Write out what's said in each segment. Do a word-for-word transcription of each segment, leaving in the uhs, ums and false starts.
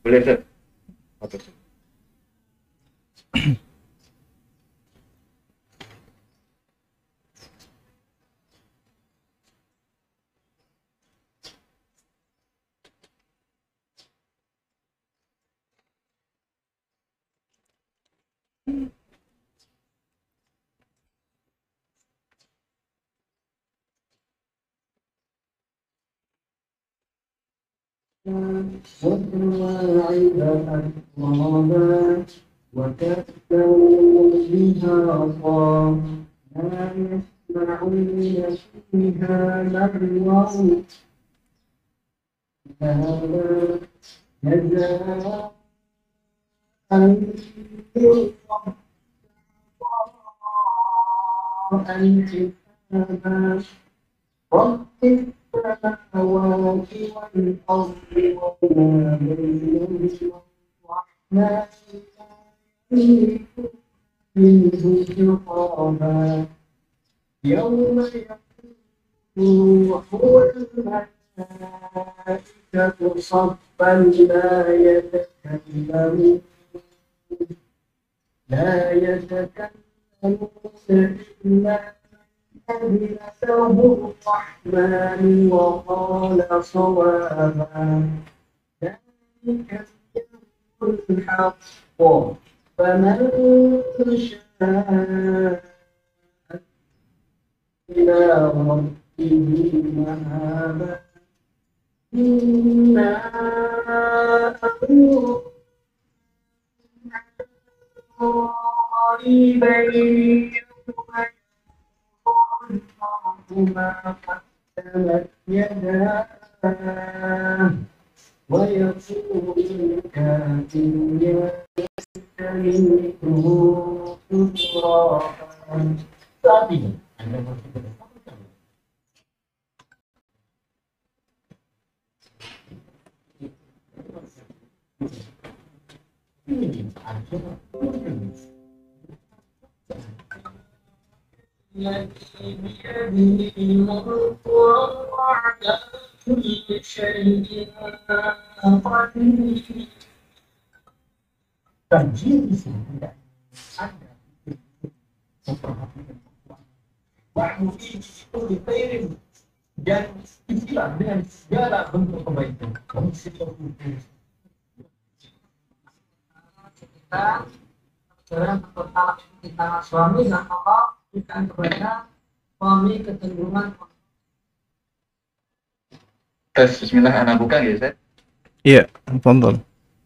Boleh, Ustaz. Apa tuh? وكواعب أترابا وكأسا دهاقا لا يسمعون فيها لغوا هذا جزاء الحسابا رب السماوات والأرض وما بينهما الرحمن لا يملك منه خطابا يوم يقول هو الملائكة صفا لا يتكلمون لا يتكلمون إلا أذن له الرحمن وقال صوابا ذلك اليوم الحق فمن شاء إلى ربه مآبا إنا أمر قريبا ما قدمت يداه ويقول الكافر يا ليتني كنت ترابا. Saat ini Anda masih bersama kami. Ini saja الذي بيده الملك وهو على كل شيء قدير. Banjir di sini tidak ada memperhatikan wahyu itu dikirim dan isilah dengan segala bentuk kebaikan. Kita dalam bertalak kita suami dan Allah berikan kepada suami kecenderungan. Tes bismillah, anak buka ya, Ustaz? Iya, tafadhol.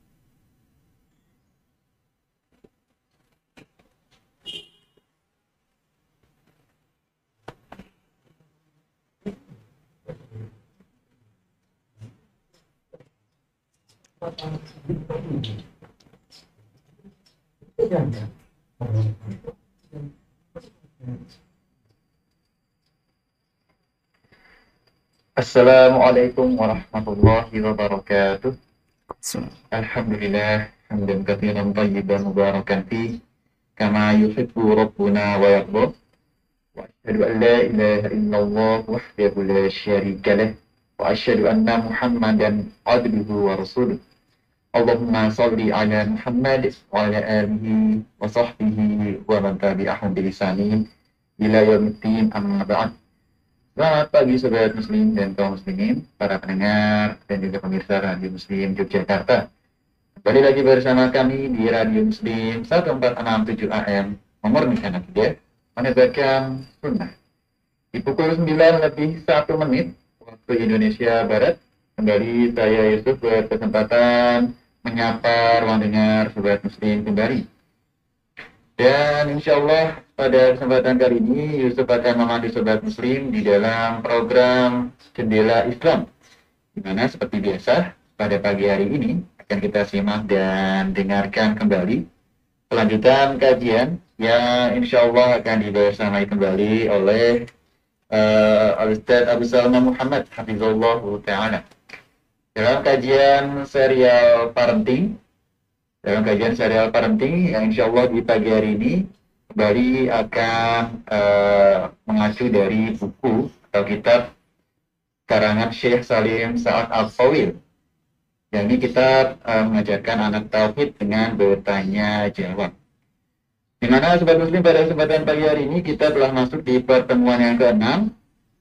Assalamualaikum warahmatullahi wabarakatuh. Alhamdulillah hamdan katsiran thayyiban mubarakan fi kama yuhibbu rabbuna wa yarda. Wa asyhadu an la ilaha illallah wahdahu la syarika lah wa asyhadu anna Muhammadan abduhu wa rasuluh. Allahumma shalli ala Muhammad wa ala alihi wa sahbihi wa man tabi'ahum bi ihsanin ila yaumiddin, amma ba'd. Selamat pagi sobat muslim dan kaum muslimin, para pendengar dan juga pemirsa Radio Muslim Yogyakarta. Kembali lagi bersama kami di Radio Muslim seratus empat puluh enam tujuh A M, memurnikan akidah, menebarkan sunnah. Di pukul sembilan lebih satu menit waktu Indonesia Barat, kembali saya Yusuf berkesempatan menyapa ruang dengar sobat muslim kembali. Dan insya Allah pada kesempatan kali ini Yusuf akan memandu sobat muslim di dalam program Jendela Islam, di mana seperti biasa pada pagi hari ini akan kita simak dan dengarkan kembali kelanjutan kajian yang insya Allah akan dibersamai kembali oleh uh, Al-Ustaz Abu Salma Muhammad Hafizullah Ta'ala dalam kajian serial parenting. Dalam kajian serial parenting yang insya Allah di pagi hari ini kembali akan uh, mengacu dari buku atau kitab karangan Syekh Salim Sa'ad Al-Fawil yakni kita uh, mengajarkan anak tauhid dengan bertanya jawab. Di mana sobat muslim pada kesempatan pagi hari ini kita telah masuk di pertemuan yang keenam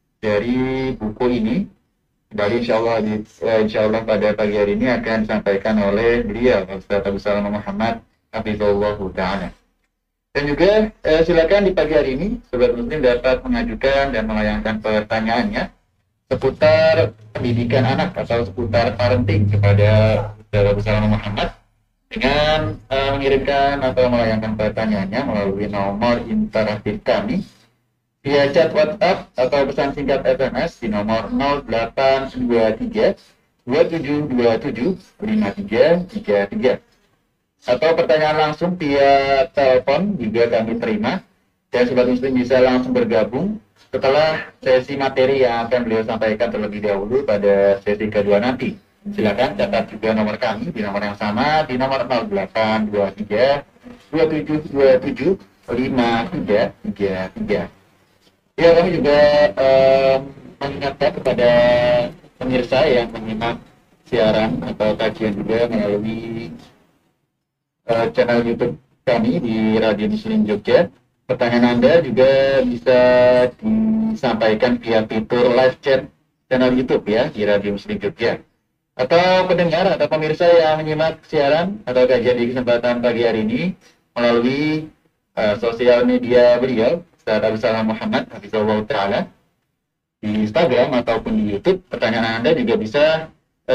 dari buku ini. Dari insya Allah, uh, insya Allah pada pagi hari ini akan disampaikan oleh beliau Ustaz Abu Salamah Muhammad Hafizahullah Ta'ala. Dan juga eh, silakan di pagi hari ini sobat muslim dapat mengajukan dan melayangkan pertanyaannya seputar pendidikan anak atau seputar parenting kepada Ustaz Abu Salamah Muhammad dengan eh, mengirimkan atau melayangkan pertanyaannya melalui nomor interaktif kami via chat WhatsApp atau pesan singkat S M S di nomor nol delapan dua tiga dua tujuh dua tujuh lima tiga tiga tiga. Atau pertanyaan langsung via telepon juga kami terima, dan sobat muslim bisa langsung bergabung setelah sesi materi yang akan beliau sampaikan terlebih dahulu pada sesi kedua nanti. Silakan catat juga nomor kami di nomor yang sama di nomor nol delapan dua tiga dua tujuh dua tujuh lima tiga tiga tiga. Ya, kami juga um, mengingatkan kepada pemirsa yang menyimak siaran atau kajian juga melalui Uh, channel YouTube kami di Radio Muslim Jogja. Pertanyaan Anda juga bisa disampaikan via fitur live chat channel YouTube ya di Radio Muslim Jogja. Atau pendengar atau pemirsa yang menyimak siaran atau kajian di kesempatan pagi hari ini melalui uh, sosial media beliau Ustaz Abu Salamah Muhammad Hafizahullah Ta'ala di Instagram ataupun di YouTube. Pertanyaan Anda juga bisa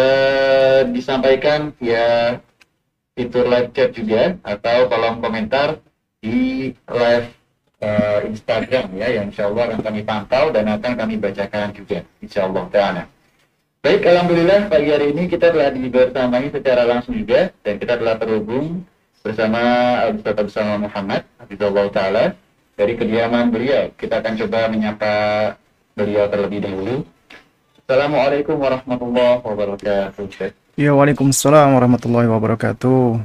uh, disampaikan via fitur live chat juga atau kolom komentar di live uh, Instagram ya, yang insya Allah akan kami pantau dan akan kami bacakan juga insya Allah ta'ala. Baik, alhamdulillah pagi hari ini kita telah dibersamai secara langsung juga dan kita telah terhubung bersama Ustaz Abu Salamah Muhammad Hafizahullah ta'ala dari kediaman beliau. Kita akan coba menyapa beliau terlebih dahulu. Assalamualaikum warahmatullahi wabarakatuh. Ya, waalaikumsalam warahmatullahi wabarakatuh.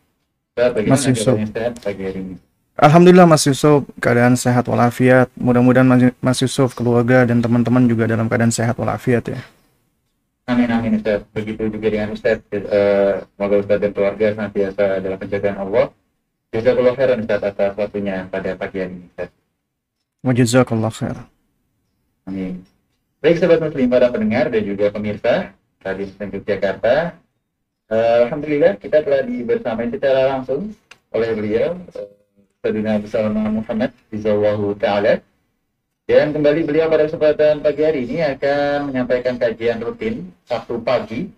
Mas Yusuf. Alhamdulillah Mas Yusuf, keadaan sehat walafiat. Mudah-mudahan Mas Yusuf, keluarga dan teman-teman juga dalam keadaan sehat walafiat ya. Amin amin Ustaz. Begitu juga dengan Ustaz. Uh, semoga Ustaz dan keluarga senantiasa dalam penjagaan Allah. Jazakallah khairan Ustaz atas waktunya pada pagi hari ini Ustaz. Wa jazakallah khair. Amin. Baik sahabat muslim, para pendengar dan juga pemirsa Radio Muslim Yogyakarta, uh, alhamdulillah kita telah dibersamai secara langsung oleh beliau Sayyidina Abu Salamah Muhammad Hafizahullah Ta'ala, dan kembali beliau pada kesempatan pagi hari ini akan menyampaikan kajian rutin Sabtu pagi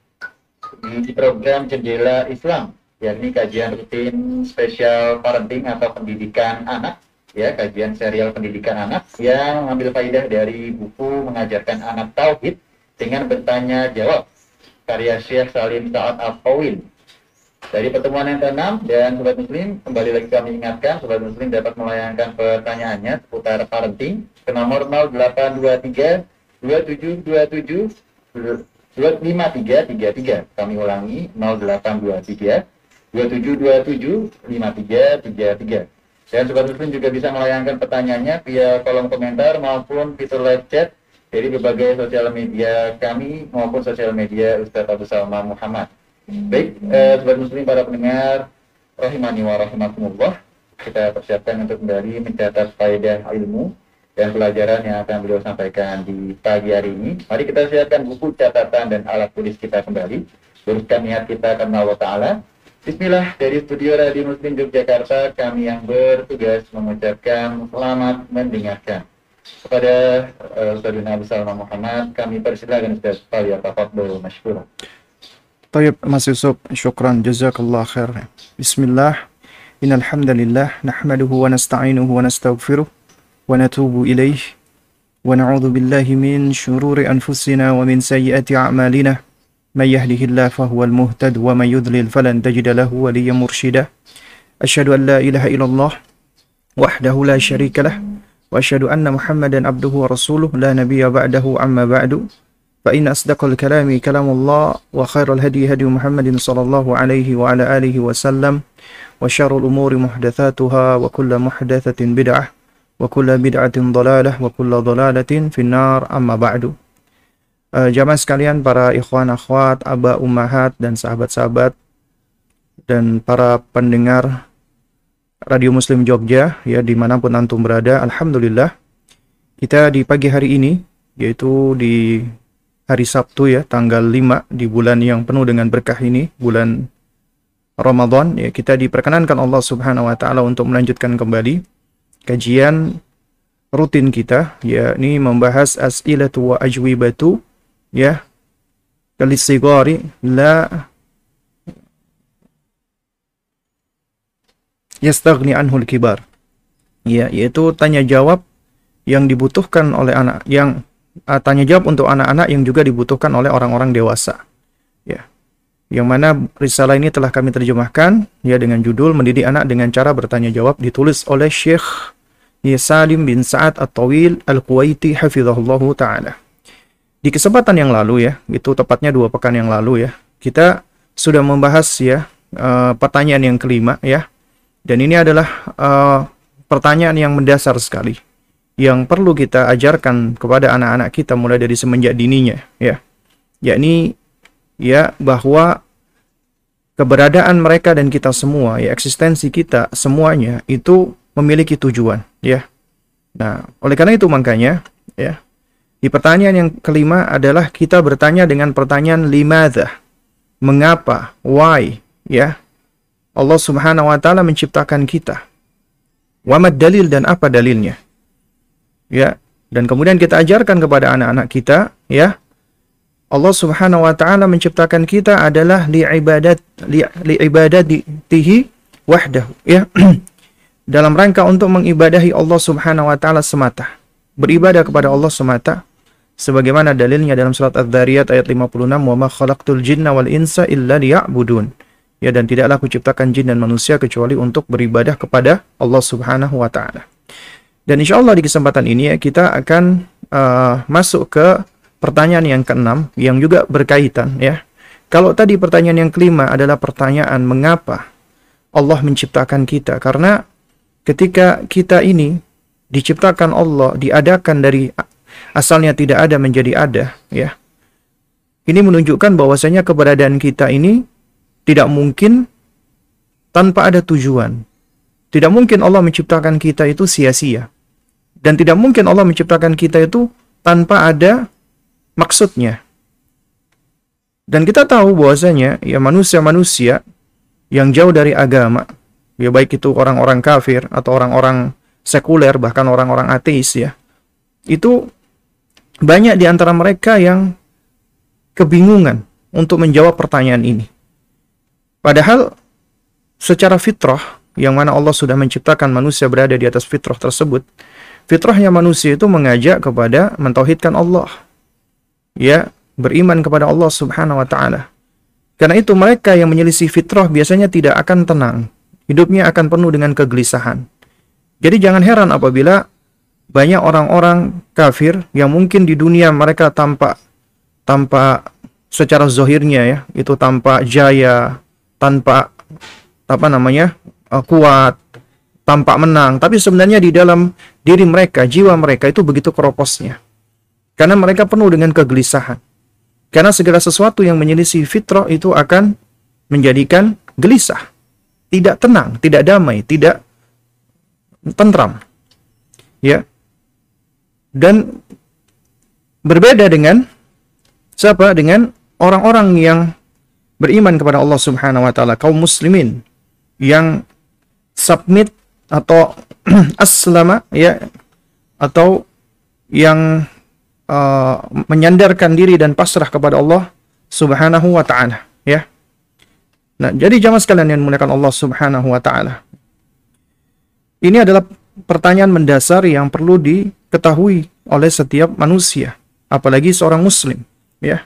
di program Jendela Islam, yakni kajian rutin spesial parenting atau pendidikan anak ya, kajian serial pendidikan anak yang mengambil faidah dari buku Mengajarkan Anak Tauhid dengan Bertanya Jawab karya Syekh Salim Sa'ad Al-Qawil. Dari pertemuan yang keenam, dan sobat muslim kembali lagi kami ingatkan sobat muslim dapat melayangkan pertanyaannya seputar parenting ke nomor nol delapan dua tiga dua tujuh dua tujuh lima tiga tiga tiga. Kami ulangi nol delapan dua tiga dua tujuh dua tujuh lima tiga tiga tiga. Dan sobat muslim juga bisa melayangkan pertanyaannya via kolom komentar maupun fitur live chat dari berbagai sosial media kami maupun sosial media Ustaz Abu Salamah Muhammad. Baik, eh, sobat muslim para pendengar rahimani wa rahimakumullah, kita persiapkan untuk kembali mencatat faedah ilmu dan pelajaran yang akan beliau sampaikan di pagi hari ini. Mari kita siapkan buku catatan dan alat tulis kita kembali. Luruskan niat kita karena Allah Ta'ala. Bismillah, dari studio Radio Muslim Yogyakarta kami yang bertugas mengucapkan selamat mendengarkan. Kepada uh, Sayyidina Abu Salamah Muhammad, kami persilakan Ustaz falyatafadhal masykuran. Tayyib Mas Yusuf, syukran jazakallah khair. Bismillah, innal hamdalillah nahmaduhu wa nasta'inuhu wa nastaghfiruh wa natubu ilaih wa na'udzu billahi min syururi anfusina wa min sayyiati a'malina. May yahdihillahu fahuwal muhtad wa may yudlil falan tajida lahu waliyyan mursyida. Asyhadu an la ilaha illallah wahdahu la syarika lah wa asyhadu anna Muhammadan abduhu wa rasuluh la nabiyya ba'dahu amma ba'du. Fa inna asdaqal kalami kalamullah wa khairal hadi hadi Muhammadin sallallahu alaihi wa ala alihi wa sallam wa syarrul umuri muhdatsatuha wa kullu muhdatsatin bid'ah wa kullu bid'atin dhalalah wa kullu dhalalatin finnar amma ba'du. uh, jamaah sekalian, para ikhwan akhwat, aba ummahat dan sahabat-sahabat dan para pendengar Radio Muslim Jogja ya dimanapun antum berada, alhamdulillah kita di pagi hari ini, yaitu di hari Sabtu ya, tanggal lima di bulan yang penuh dengan berkah ini, bulan Ramadan ya, kita diperkenankan Allah Subhanahu wa taala untuk melanjutkan kembali kajian rutin kita, yakni membahas as'ilatu wa ajwibatu ya kalisigari la yastaghni anhul kibar. Ya, yaitu tanya jawab yang dibutuhkan oleh anak, yang uh, tanya jawab untuk anak-anak yang juga dibutuhkan oleh orang-orang dewasa. Ya. Yang mana risalah ini telah kami terjemahkan ya dengan judul Mendidik Anak dengan Cara Bertanya Jawab, ditulis oleh Syekh Salim bin Sa'ad At-Tawil Al-Kuwaiti hafizahullahu taala. Di kesempatan yang lalu ya, itu tepatnya dua pekan yang lalu ya, kita sudah membahas ya uh, pertanyaan yang kelima ya. Dan ini adalah uh, pertanyaan yang mendasar sekali, yang perlu kita ajarkan kepada anak-anak kita mulai dari semenjak dininya ya, yakni ya bahwa keberadaan mereka dan kita semua ya, eksistensi kita semuanya itu memiliki tujuan ya. Nah, oleh karena itu makanya ya, di pertanyaan yang kelima adalah kita bertanya dengan pertanyaan limadha, mengapa, why ya Allah Subhanahu wa taala menciptakan kita. Wa mad dalil, dan apa dalilnya? Ya, dan kemudian kita ajarkan kepada anak-anak kita ya, Allah Subhanahu wa taala menciptakan kita adalah li ibadat li, li ibadatihi wahdahu ya. Dalam rangka untuk mengibadahi Allah Subhanahu wa taala semata. Beribadah kepada Allah semata sebagaimana dalilnya dalam surat Adz-Dzariyat ayat lima puluh enam, "Wa ma khalaqtul jinna wal insa illa liya'budun." Ya, dan tidaklah aku ciptakan jin dan manusia kecuali untuk beribadah kepada Allah Subhanahu wa taala. Dan insya Allah di kesempatan ini ya, kita akan uh, masuk ke pertanyaan yang keenam yang juga berkaitan ya. Kalau tadi pertanyaan yang kelima adalah pertanyaan mengapa Allah menciptakan kita, karena ketika kita ini diciptakan Allah, diadakan dari asalnya tidak ada menjadi ada ya. Ini menunjukkan bahwasanya keberadaan kita ini tidak mungkin tanpa ada tujuan. Tidak mungkin Allah menciptakan kita itu sia-sia. Dan tidak mungkin Allah menciptakan kita itu tanpa ada maksudnya. Dan kita tahu bahwasanya ya manusia-manusia yang jauh dari agama, ya baik itu orang-orang kafir atau orang-orang sekuler, bahkan orang-orang ateis ya, itu banyak di antara mereka yang kebingungan untuk menjawab pertanyaan ini. Padahal secara fitrah, yang mana Allah sudah menciptakan manusia berada di atas fitrah tersebut, fitrahnya manusia itu mengajak kepada mentauhidkan Allah, ya, beriman kepada Allah Subhanahu wa taala. Karena itu mereka yang menyelisih fitrah biasanya tidak akan tenang, hidupnya akan penuh dengan kegelisahan. Jadi jangan heran apabila banyak orang-orang kafir yang mungkin di dunia mereka tampak tampak secara zahirnya ya, itu tampak jaya, tanpa apa namanya uh, kuat, tampak menang, tapi sebenarnya di dalam diri mereka, jiwa mereka itu begitu keroposnya, karena mereka penuh dengan kegelisahan. Karena segala sesuatu yang menyelisih fitrah itu akan menjadikan gelisah, tidak tenang, tidak damai, tidak tentram, ya. Dan berbeda dengan siapa? Dengan orang-orang yang beriman kepada Allah Subhanahu wa taala, kaum muslimin yang submit atau aslama ya, atau yang uh, menyandarkan diri dan pasrah kepada Allah Subhanahu wa taala ya. Nah, jadi jamaah sekalian yang dimuliakan Allah Subhanahu wa taala, ini adalah pertanyaan mendasar yang perlu diketahui oleh setiap manusia, apalagi seorang muslim ya.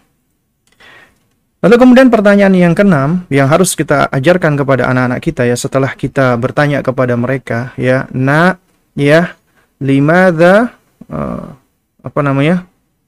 Lalu kemudian pertanyaan yang keenam yang harus kita ajarkan kepada anak-anak kita ya, setelah kita bertanya kepada mereka ya, na ya limadza uh, apa namanya?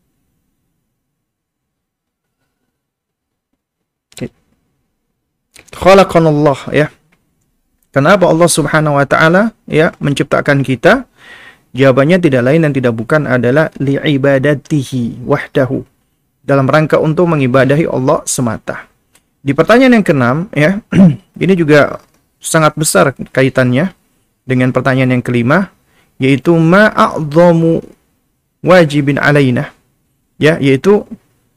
Khalaqanallah ya. Kenapa Allah Subhanahu wa taala ya menciptakan kita? Jawabannya tidak lain dan tidak bukan adalah li'ibadatihi wahdahu. dalam rangka untuk mengibadahi Allah semata. Di pertanyaan yang keenam, ya, ini juga sangat besar kaitannya dengan pertanyaan yang kelima, yaitu ma'a'dhamu wajibin alaina, ya, yaitu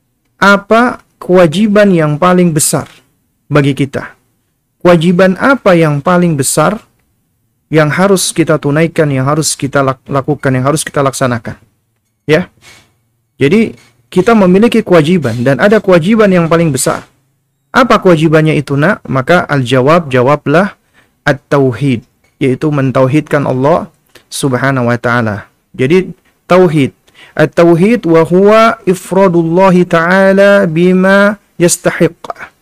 apa kewajiban yang paling besar bagi kita. Kewajiban apa yang paling besar yang harus kita tunaikan, yang harus kita lakukan, yang harus kita laksanakan, ya. Jadi kita memiliki kewajiban dan ada kewajiban yang paling besar. Apa kewajibannya itu, nak? Maka al-jawab, jawablah at-tauhid, yaitu mentauhidkan Allah Subhanahu wa taala. Jadi tauhid, at-tauhid wa huwa ifradullahi ta'ala bima yastahiq.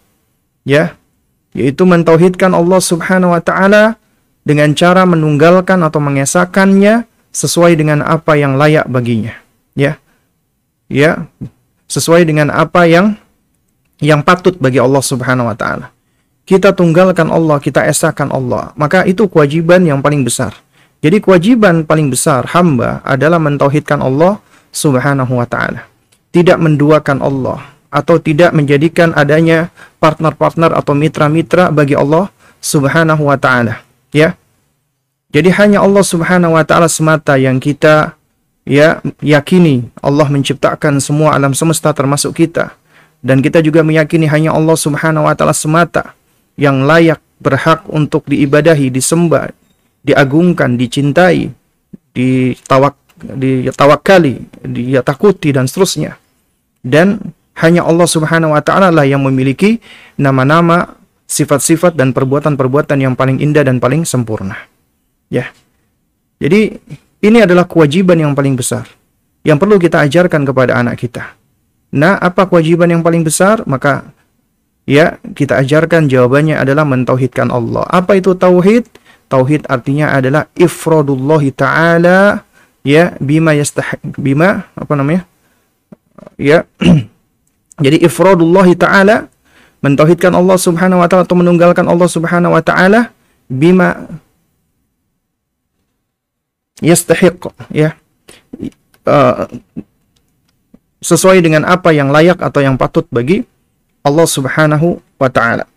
Ya, yaitu mentauhidkan Allah Subhanahu wa taala dengan cara menunggalkan atau mengesahkannya sesuai dengan apa yang layak baginya. Ya. Ya, sesuai dengan apa yang yang patut bagi Allah Subhanahu wa taala. Kita tunggalkan Allah, kita esahkan Allah, maka itu kewajiban yang paling besar. Jadi kewajiban paling besar hamba adalah mentauhidkan Allah Subhanahu wa taala. Tidak menduakan Allah atau tidak menjadikan adanya partner-partner atau mitra-mitra bagi Allah Subhanahu wa taala, ya. Jadi hanya Allah Subhanahu wa taala semata yang kita, ya, yakini. Allah menciptakan semua alam semesta termasuk kita. Dan kita juga meyakini hanya Allah Subhanahu wa taala semata yang layak, berhak untuk diibadahi, disembah, diagungkan, dicintai, ditawak, ditawakali, ditakuti, dan seterusnya. Dan hanya Allah Subhanahu wa taala lah yang memiliki nama-nama, sifat-sifat, dan perbuatan-perbuatan yang paling indah dan paling sempurna. Ya. Jadi ini adalah kewajiban yang paling besar yang perlu kita ajarkan kepada anak kita. Nah, apa kewajiban yang paling besar? Maka, ya, kita ajarkan jawabannya adalah mentauhidkan Allah. Apa itu tauhid? Tauhid artinya adalah ifradullahi ta'ala, ya, bima yastahiq, bima, apa namanya? Ya, jadi ifradullahi ta'ala, mentauhidkan Allah Subhanahu wa taala atau menunggalkan Allah Subhanahu wa taala bima yastahiq, ya. Uh, sesuai dengan apa yang layak atau yang patut bagi Allah Subhanahu wa taala.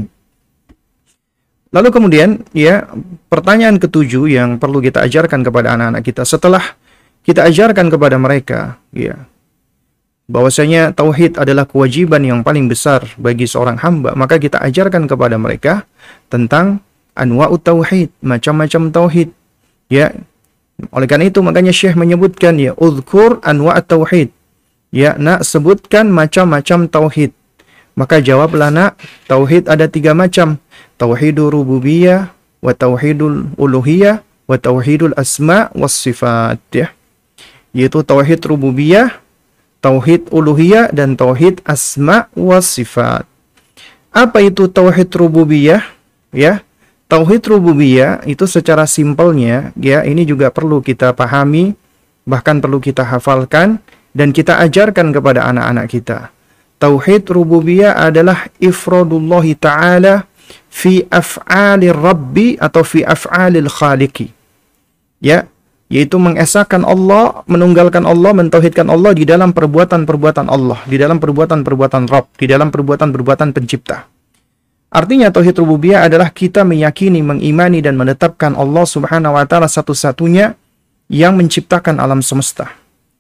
Lalu kemudian, ya, pertanyaan ketujuh yang perlu kita ajarkan kepada anak-anak kita setelah kita ajarkan kepada mereka, ya, bahwasanya tauhid adalah kewajiban yang paling besar bagi seorang hamba, maka kita ajarkan kepada mereka tentang anwa'ut tauhid, macam-macam tauhid, ya. Oleh karena itu makanya Syekh menyebutkan, ya, uzkur anwa'ut tauhid. Ya, nak, sebutkan macam-macam tauhid. Maka jawablah, nak, tauhid ada tiga macam. Tauhidul rububiyah, wa tauhidul uluhiyah, wa tauhidul asma was sifat, ya. Yaitu tauhid rububiyah, tauhid uluhiyah, dan tauhid asma was sifat. Apa itu tauhid rububiyah? Ya, tauhid rububiyah itu secara simpelnya, ya, ini juga perlu kita pahami, bahkan perlu kita hafalkan dan kita ajarkan kepada anak-anak kita. Tauhid rububiyah adalah ifradullahi ta'ala fi af'alir rabbi atau fi af'alil khaliqi. Ya, yaitu mengesahkan Allah, menunggalkan Allah, mentauhidkan Allah di dalam perbuatan-perbuatan Allah, di dalam perbuatan-perbuatan Rabb, di dalam perbuatan-perbuatan pencipta. Artinya tauhid rububiyah adalah kita meyakini, mengimani, dan menetapkan Allah Subhanahu wa taala satu-satunya yang menciptakan alam semesta.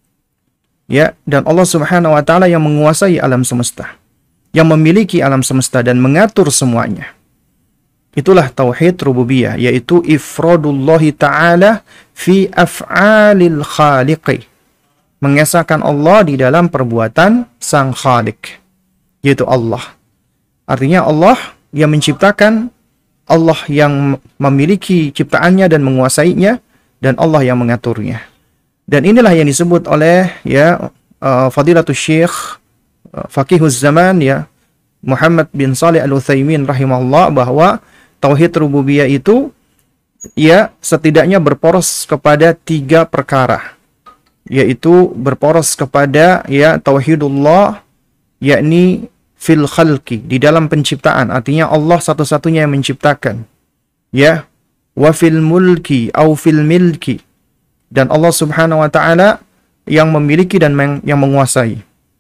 Ya, dan Allah Subhanahu wa taala yang menguasai alam semesta, yang memiliki alam semesta dan mengatur semuanya. Itulah tauhid rububiyah, yaitu ifradullahi ta'ala fi af'alil khaliqi. Mengesahkan Allah di dalam perbuatan sang khaliq, yaitu Allah. Artinya Allah yang menciptakan, Allah yang memiliki ciptaannya dan menguasainya, dan Allah yang mengaturnya. Dan inilah yang disebut oleh, ya, uh, Fadilatul Syekh uh, Faqihuz Zaman, ya, Muhammad bin Shalih Al-Utsaimin rahimahullah, bahwa tauhid rububiyah itu, ya, setidaknya berporos kepada tiga perkara, yaitu berporos kepada, ya, tauhidullah, yakni fil khalqi, di dalam penciptaan, artinya Allah satu-satunya yang menciptakan, ya, wa fil mulki au fil milki, dan Allah Subhanahu wa taala yang memiliki dan meng yang menguasai.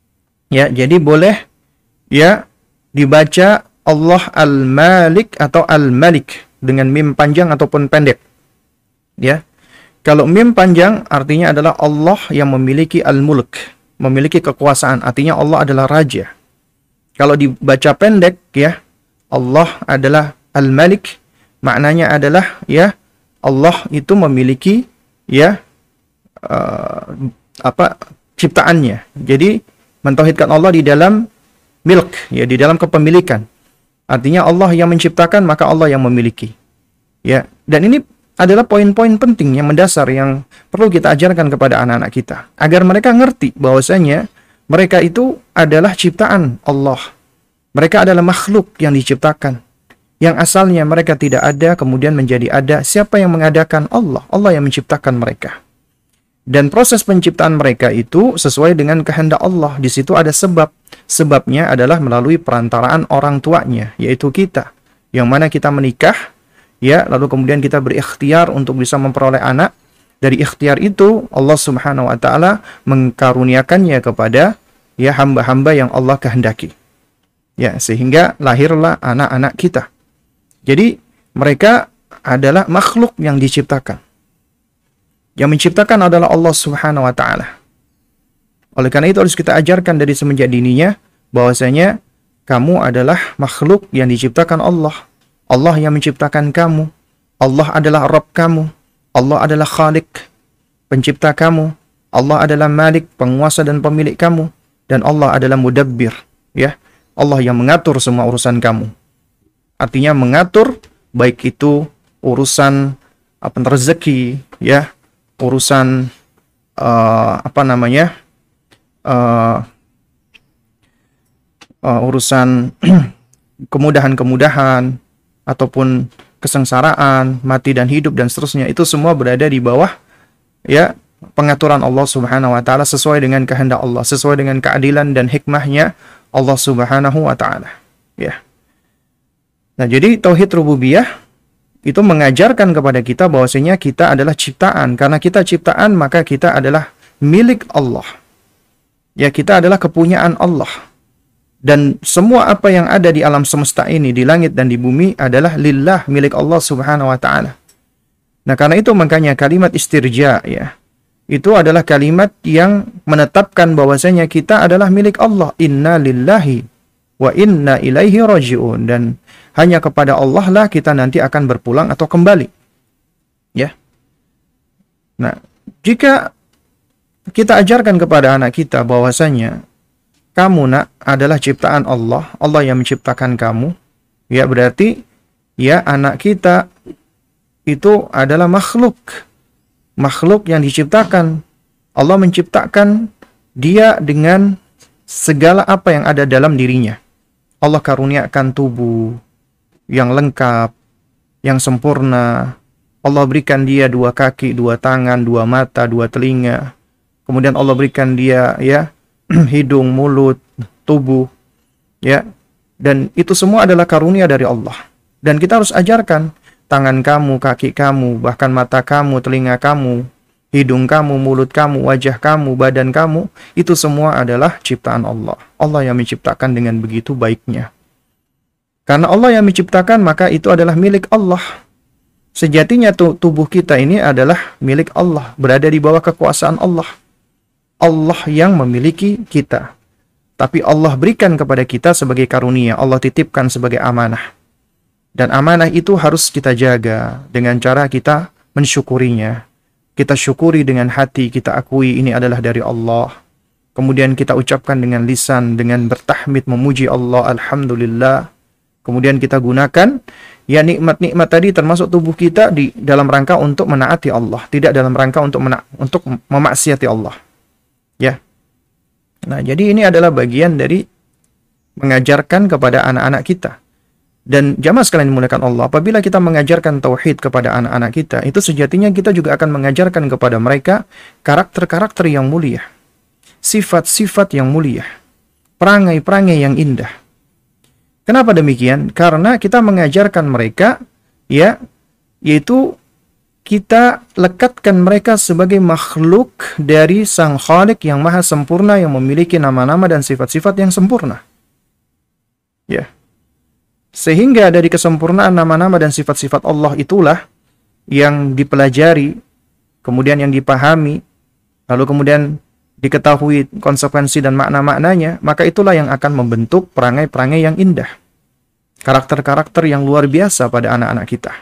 Ya, jadi boleh ya dibaca Allah Al-Malik atau Al-Malik dengan mim panjang ataupun pendek. Ya. Kalau mim panjang artinya adalah Allah yang memiliki Al-Mulk, memiliki kekuasaan, artinya Allah adalah raja. Kalau dibaca pendek ya, Allah adalah Al-Malik, maknanya adalah ya Allah itu memiliki ya uh, apa ciptaannya. Jadi mentauhidkan Allah di dalam milk, ya di dalam kepemilikan. Artinya Allah yang menciptakan, maka Allah yang memiliki. Ya, dan ini adalah poin-poin penting yang mendasar yang perlu kita ajarkan kepada anak-anak kita agar mereka ngerti bahwasanya mereka itu adalah ciptaan Allah. Mereka adalah makhluk yang diciptakan. Yang asalnya mereka tidak ada kemudian menjadi ada. Siapa yang mengadakan? Allah. Allah yang menciptakan mereka. Dan proses penciptaan mereka itu sesuai dengan kehendak Allah. Di situ ada sebab. Sebabnya adalah melalui perantaraan orang tuanya, yaitu kita. Yang mana kita menikah, ya, lalu kemudian kita berikhtiar untuk bisa memperoleh anak. Dari ikhtiar itu, Allah Subhanahu wa taala mengkaruniakannya kepada ya hamba-hamba yang Allah kehendaki. Ya, sehingga lahirlah anak-anak kita. Jadi, mereka adalah makhluk yang diciptakan. Yang menciptakan adalah Allah Subhanahu wa taala. Oleh karena itu harus kita ajarkan dari semenjak dininya bahwasanya kamu adalah makhluk yang diciptakan Allah. Allah yang menciptakan kamu. Allah adalah Rabb kamu. Allah adalah Khalik, pencipta kamu. Allah adalah Malik, penguasa dan pemilik kamu. Dan Allah adalah Mudabbir, ya. Allah yang mengatur semua urusan kamu. Artinya mengatur baik itu urusan apa rezeki, ya, urusan uh, apa namanya uh, uh, urusan kemudahan-kemudahan ataupun kesengsaraan, mati dan hidup dan seterusnya, itu semua berada di bawah ya pengaturan Allah Subhanahu wa taala sesuai dengan kehendak Allah, sesuai dengan keadilan dan hikmahnya Allah Subhanahu wa taala, ya. Nah, jadi tauhid rububiyah itu mengajarkan kepada kita bahwasanya kita adalah ciptaan. Karena kita ciptaan, maka kita adalah milik Allah. Ya, kita adalah kepunyaan Allah. Dan semua apa yang ada di alam semesta ini, di langit dan di bumi adalah lillah, milik Allah Subhanahu wa taala. Nah, karena itu makanya kalimat istirja, ya, itu adalah kalimat yang menetapkan bahwasanya kita adalah milik Allah. Inna lillahi wa inna ilaihi raji'un. Dan hanya kepada Allah lah kita nanti akan berpulang atau kembali. Ya. Nah, jika kita ajarkan kepada anak kita bahwasanya kamu nak adalah ciptaan Allah, Allah yang menciptakan kamu, ya berarti ya anak kita itu adalah makhluk. Makhluk yang diciptakan. Allah menciptakan dia dengan segala apa yang ada dalam dirinya. Allah karuniakan tubuh yang lengkap, yang sempurna. Allah berikan dia dua kaki, dua tangan, dua mata, dua telinga. Kemudian Allah berikan dia ya hidung, mulut, tubuh, ya. Dan itu semua adalah karunia dari Allah. Dan kita harus ajarkan tangan kamu, kaki kamu, bahkan mata kamu, telinga kamu, hidung kamu, mulut kamu, wajah kamu, badan kamu, itu semua adalah ciptaan Allah. Allah yang menciptakan dengan begitu baiknya. Karena Allah yang menciptakan, maka itu adalah milik Allah. Sejatinya tubuh kita ini adalah milik Allah, berada di bawah kekuasaan Allah. Allah yang memiliki kita. Tapi Allah berikan kepada kita sebagai karunia, Allah titipkan sebagai amanah. Dan amanah itu harus kita jaga dengan cara kita mensyukurinya. Kita syukuri dengan hati, kita akui ini adalah dari Allah. Kemudian kita ucapkan dengan lisan, dengan bertahmid memuji Allah, alhamdulillah. Kemudian kita gunakan ya nikmat-nikmat tadi termasuk tubuh kita di dalam rangka untuk menaati Allah, tidak dalam rangka untuk mena untuk memaksiati Allah. Ya. Nah, jadi ini adalah bagian dari mengajarkan kepada anak-anak kita. Dan jamaah sekalian dimuliakan Allah, apabila kita mengajarkan tauhid kepada anak-anak kita, itu sejatinya kita juga akan mengajarkan kepada mereka karakter-karakter yang mulia, sifat-sifat yang mulia, perangai-perangai yang indah. Kenapa demikian? Karena kita mengajarkan mereka, ya, yaitu kita lekatkan mereka sebagai makhluk dari Sang Khalik yang maha sempurna, yang memiliki nama-nama dan sifat-sifat yang sempurna. Ya. Sehingga dari kesempurnaan nama-nama dan sifat-sifat Allah itulah yang dipelajari, kemudian yang dipahami, lalu kemudian diketahui konsekuensi dan makna-maknanya, maka itulah yang akan membentuk perangai-perangai yang indah. Karakter-karakter yang luar biasa pada anak-anak kita.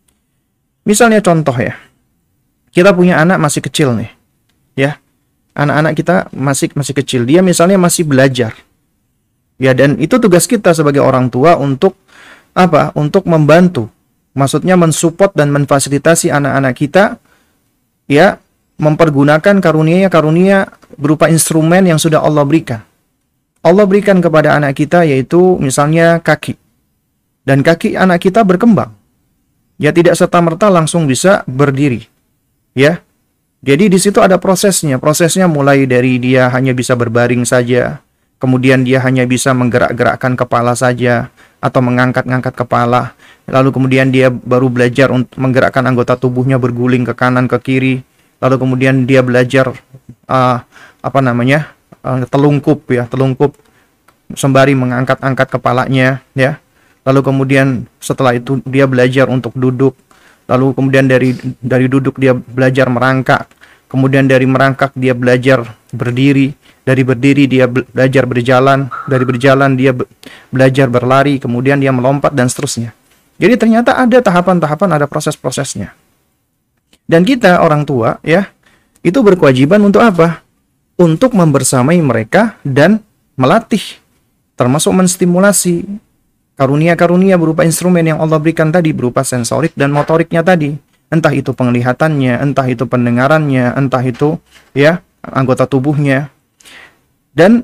Misalnya contoh ya, kita punya anak masih kecil nih, ya, anak-anak kita masih masih kecil, dia misalnya masih belajar, ya, dan itu tugas kita sebagai orang tua untuk apa? Untuk membantu, maksudnya mensupport dan memfasilitasi anak-anak kita, ya, mempergunakan karunia-karunia berupa instrumen yang sudah Allah berikan. Allah berikan kepada anak kita yaitu misalnya kaki, dan kaki anak kita berkembang. Ya, tidak serta-merta langsung bisa berdiri. Ya. Jadi di situ ada prosesnya. Prosesnya mulai dari dia hanya bisa berbaring saja, kemudian dia hanya bisa menggerak-gerakkan kepala saja atau mengangkat-ngangkat kepala. Lalu kemudian dia baru belajar untuk menggerakkan anggota tubuhnya berguling ke kanan ke kiri. Lalu kemudian dia belajar uh, apa namanya? Uh, telungkup ya, telungkup sembari mengangkat-angkat kepalanya, ya. Lalu kemudian setelah itu dia belajar untuk duduk. Lalu kemudian dari dari duduk dia belajar merangkak. Kemudian dari merangkak dia belajar berdiri. Dari berdiri dia belajar berjalan. Dari berjalan dia belajar berlari. Kemudian dia melompat dan seterusnya. Jadi ternyata ada tahapan-tahapan, ada proses-prosesnya. Dan kita orang tua ya, itu berkewajiban untuk apa? Untuk membersamai mereka dan melatih. Termasuk menstimulasi karunia-karunia berupa instrumen yang Allah berikan tadi, berupa sensorik dan motoriknya tadi. Entah itu penglihatannya, entah itu pendengarannya, entah itu ya anggota tubuhnya. Dan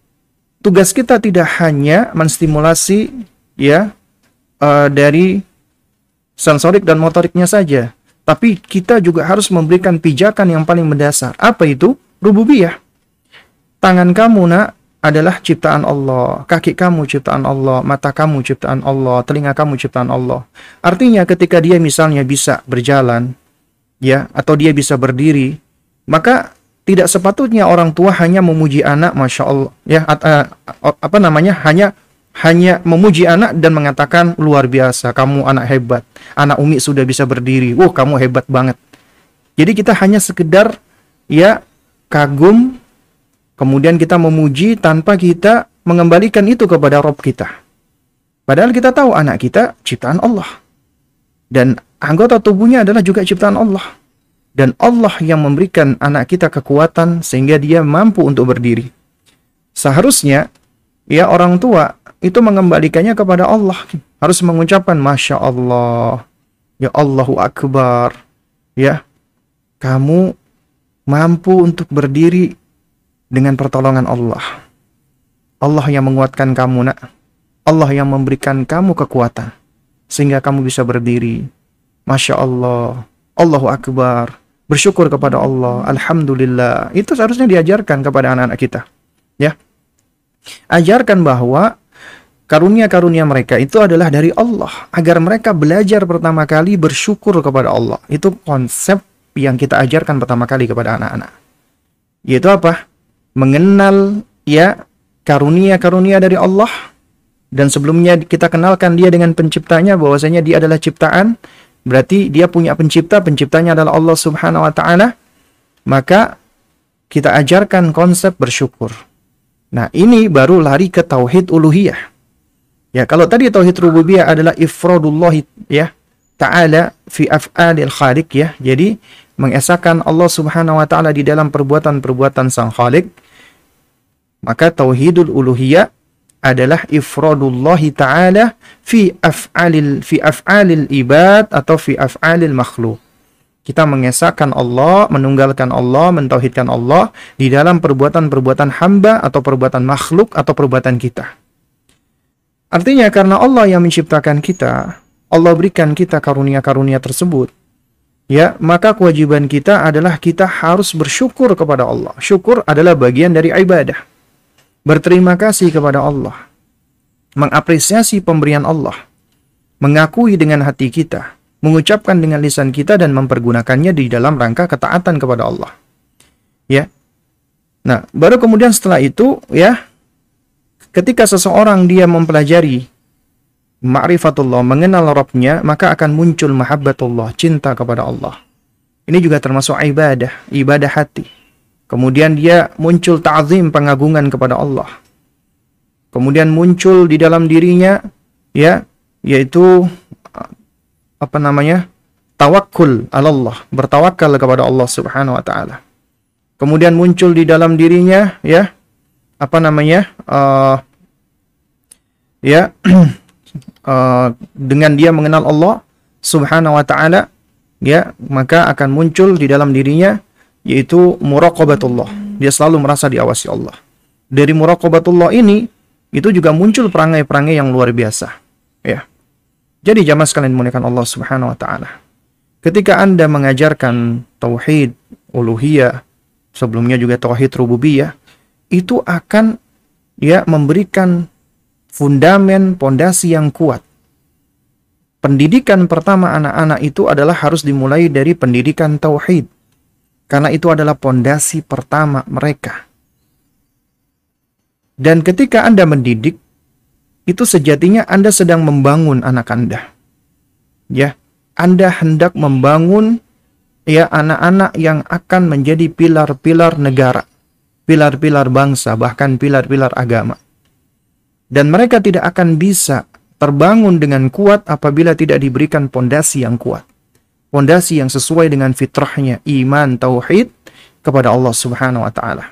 tugas kita tidak hanya menstimulasi ya uh, dari sensorik dan motoriknya saja, tapi kita juga harus memberikan pijakan yang paling mendasar. Apa itu? Rububiyah. Tangan kamu nak adalah ciptaan Allah, kaki kamu ciptaan Allah, mata kamu ciptaan Allah, telinga kamu ciptaan Allah. Artinya ketika dia misalnya bisa berjalan, ya, atau dia bisa berdiri, maka tidak sepatutnya orang tua hanya memuji anak, masya Allah, ya, at, uh, apa namanya, hanya hanya memuji anak dan mengatakan luar biasa, kamu anak hebat, anak Umi sudah bisa berdiri, wah kamu hebat banget. Jadi kita hanya sekedar ya kagum. Kemudian kita memuji tanpa kita mengembalikan itu kepada Rabb kita. Padahal kita tahu anak kita ciptaan Allah. Dan anggota tubuhnya adalah juga ciptaan Allah. Dan Allah yang memberikan anak kita kekuatan sehingga dia mampu untuk berdiri. Seharusnya ya orang tua itu mengembalikannya kepada Allah. Harus mengucapkan Masya Allah. Ya Allahu Akbar. Ya, kamu mampu untuk berdiri dengan pertolongan Allah. Allah yang menguatkan kamu nak. Allah yang memberikan kamu kekuatan sehingga kamu bisa berdiri. Masya Allah. Allahu Akbar. Bersyukur kepada Allah. Alhamdulillah. Itu seharusnya diajarkan kepada anak-anak kita. Ya. Ajarkan bahwa karunia-karunia mereka itu adalah dari Allah. Agar mereka belajar pertama kali bersyukur kepada Allah. Itu konsep yang kita ajarkan pertama kali kepada anak-anak. Yaitu apa? Mengenal ya karunia-karunia dari Allah, dan sebelumnya kita kenalkan dia dengan penciptanya, bahwasanya dia adalah ciptaan, berarti dia punya pencipta, penciptanya adalah Allah Subhanahu wa taala. Maka kita ajarkan konsep bersyukur. Nah, ini baru lari ke tauhid uluhiyah. Ya, kalau tadi tauhid rububiyah adalah ifradullah ya ta'ala fi af'alil khaliq ya. Jadi mengesahkan Allah Subhanahu wa taala di dalam perbuatan-perbuatan Sang Khalik. Maka tauhidul uluhiyah adalah ifradullah ta'ala fi af'alil fi af'alil ibad atau fi af'alil makhluk. Kita mengesahkan Allah, menunggalkan Allah, mentauhidkan Allah di dalam perbuatan-perbuatan hamba atau perbuatan makhluk atau perbuatan kita. Artinya karena Allah yang menciptakan kita, Allah berikan kita karunia-karunia tersebut. Ya, maka kewajiban kita adalah kita harus bersyukur kepada Allah. Syukur adalah bagian dari ibadah. Berterima kasih kepada Allah. Mengapresiasi pemberian Allah. Mengakui dengan hati kita mengucapkan dengan lisan kita dan mempergunakannya di dalam rangka ketaatan kepada Allah. Ya. Nah, baru kemudian setelah itu ya, ketika seseorang dia mempelajari ma'rifatullah, mengenal Rabbnya, maka akan muncul mahabbatullah, cinta kepada Allah. Ini juga termasuk ibadah, ibadah hati. Kemudian dia muncul ta'zim, pengagungan kepada Allah. Kemudian muncul di dalam dirinya ya, yaitu apa namanya? Tawakkul ala Allah, bertawakal kepada Allah Subhanahu wa taala. Kemudian muncul di dalam dirinya ya, apa namanya? Uh, ya uh, dengan dia mengenal Allah Subhanahu wa taala, ya, maka akan muncul di dalam dirinya yaitu muraqabatullah. Dia selalu merasa diawasi Allah. Dari muraqabatullah ini itu juga muncul perangai-perangai yang luar biasa, ya. Jadi jamaah sekalian dimuliakan Allah Subhanahu wa taala, ketika Anda mengajarkan tauhid uluhiyah, sebelumnya juga tauhid rububiyah, itu akan ya memberikan fundamen, pondasi yang kuat. Pendidikan pertama anak-anak itu adalah harus dimulai dari pendidikan tauhid, karena itu adalah pondasi pertama mereka. Dan ketika Anda mendidik, itu sejatinya Anda sedang membangun anak Anda. Ya, Anda hendak membangun ya anak-anak yang akan menjadi pilar-pilar negara, pilar-pilar bangsa, bahkan pilar-pilar agama. Dan mereka tidak akan bisa terbangun dengan kuat apabila tidak diberikan pondasi yang kuat. Pondasi yang sesuai dengan fitrahnya, iman, tauhid kepada Allah Subhanahu wa taala.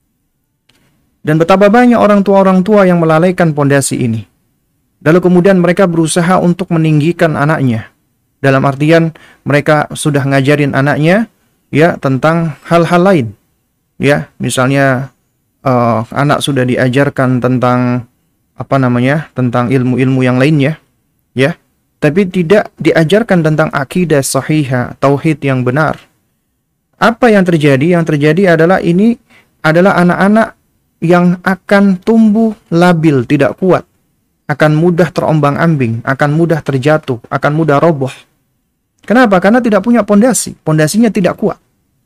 Dan betapa banyak orang tua-orang tua yang melalaikan pondasi ini. Lalu kemudian mereka berusaha untuk meninggikan anaknya. Dalam artian mereka sudah ngajarin anaknya ya tentang hal-hal lain. Ya, misalnya uh, anak sudah diajarkan tentang apa namanya? tentang ilmu-ilmu yang lainnya, ya. Tapi tidak diajarkan tentang akidah sahihah, tauhid yang benar. Apa yang terjadi? Yang terjadi adalah ini adalah anak-anak yang akan tumbuh labil, tidak kuat, akan mudah terombang-ambing, akan mudah terjatuh, akan mudah roboh. Kenapa? Karena tidak punya pondasi, pondasinya tidak kuat.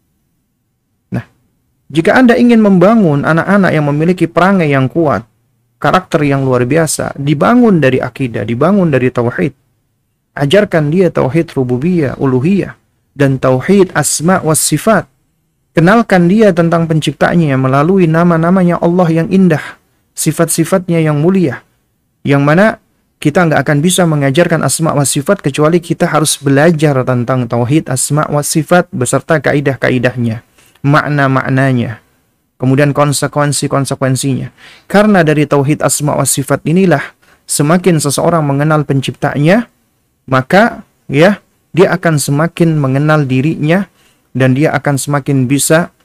Nah, jika Anda ingin membangun anak-anak yang memiliki perangai yang kuat, karakter yang luar biasa, dibangun dari akidah, dibangun dari tauhid. Ajarkan dia tauhid rububiyah, uluhiyah, dan tauhid asma was sifat. Kenalkan dia tentang penciptanya melalui nama-namanya Allah yang indah, sifat-sifatnya yang mulia, yang mana kita nggak akan bisa mengajarkan asma wa sifat kecuali kita harus belajar tentang tauhid asma wa sifat beserta kaidah-kaidahnya, makna-maknanya, kemudian konsekuensi-konsekuensinya. Karena dari tauhid asma wa sifat inilah semakin seseorang mengenal penciptanya, maka ya dia akan semakin mengenal dirinya dan dia akan semakin bisa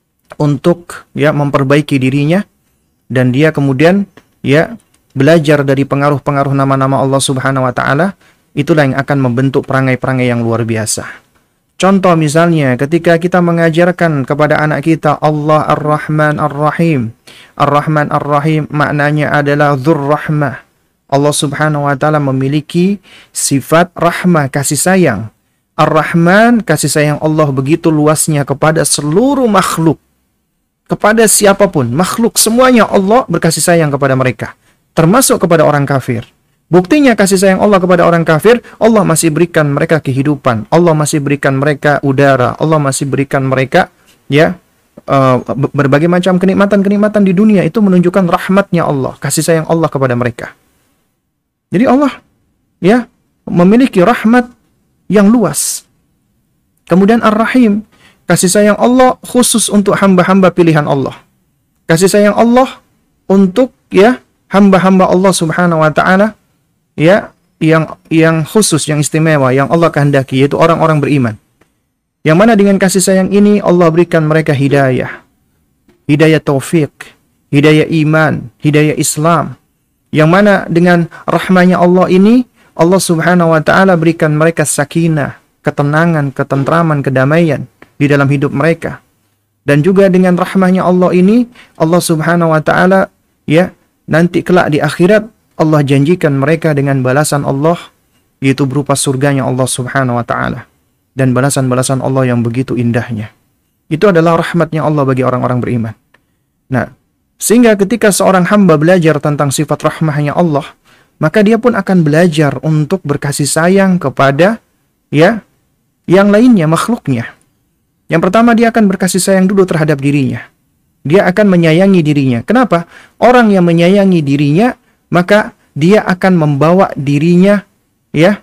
untuk ya memperbaiki dirinya, dan dia kemudian ya belajar dari pengaruh-pengaruh nama-nama Allah Subhanahu wa taala. Itulah yang akan membentuk perangai-perangai yang luar biasa. Contoh misalnya ketika kita mengajarkan kepada anak kita Allah Ar-Rahman Ar-Rahim. Ar-Rahman Ar-Rahim maknanya adalah Dzur-Rahmah. Allah Subhanahu wa taala memiliki sifat rahmah, kasih sayang. Ar-Rahman, kasih sayang Allah begitu luasnya kepada seluruh makhluk. Kepada siapapun, makhluk semuanya Allah berkasih sayang kepada mereka. Termasuk kepada orang kafir. Buktinya kasih sayang Allah kepada orang kafir, Allah masih berikan mereka kehidupan. Allah masih berikan mereka udara. Allah masih berikan mereka ya uh, berbagai macam kenikmatan-kenikmatan di dunia. Itu menunjukkan rahmatnya Allah, kasih sayang Allah kepada mereka. Jadi Allah ya memiliki rahmat yang luas. Kemudian Ar-Rahim, kasih sayang Allah khusus untuk hamba-hamba pilihan Allah. Kasih sayang Allah untuk ya hamba-hamba Allah Subhanahu wa taala ya yang yang khusus, yang istimewa, yang Allah kehendaki, yaitu orang-orang beriman. Yang mana dengan kasih sayang ini Allah berikan mereka hidayah. Hidayah taufik, hidayah iman, hidayah Islam. Yang mana dengan rahmanya Allah ini Allah Subhanahu wa taala berikan mereka sakinah, ketenangan, ketentraman, kedamaian di dalam hidup mereka. Dan juga dengan rahmahnya Allah ini Allah Subhanahu wa taala ya nanti kelak di akhirat Allah janjikan mereka dengan balasan Allah yaitu berupa surganya Allah Subhanahu wa taala dan balasan-balasan Allah yang begitu indahnya. Itu adalah rahmatnya Allah bagi orang-orang beriman. Nah, sehingga ketika seorang hamba belajar tentang sifat rahmahnya Allah, maka dia pun akan belajar untuk berkasih sayang kepada ya yang lainnya, makhluknya. Yang pertama, dia akan berkasih sayang dulu terhadap dirinya. Dia akan menyayangi dirinya. Kenapa? Orang yang menyayangi dirinya, maka dia akan membawa dirinya ya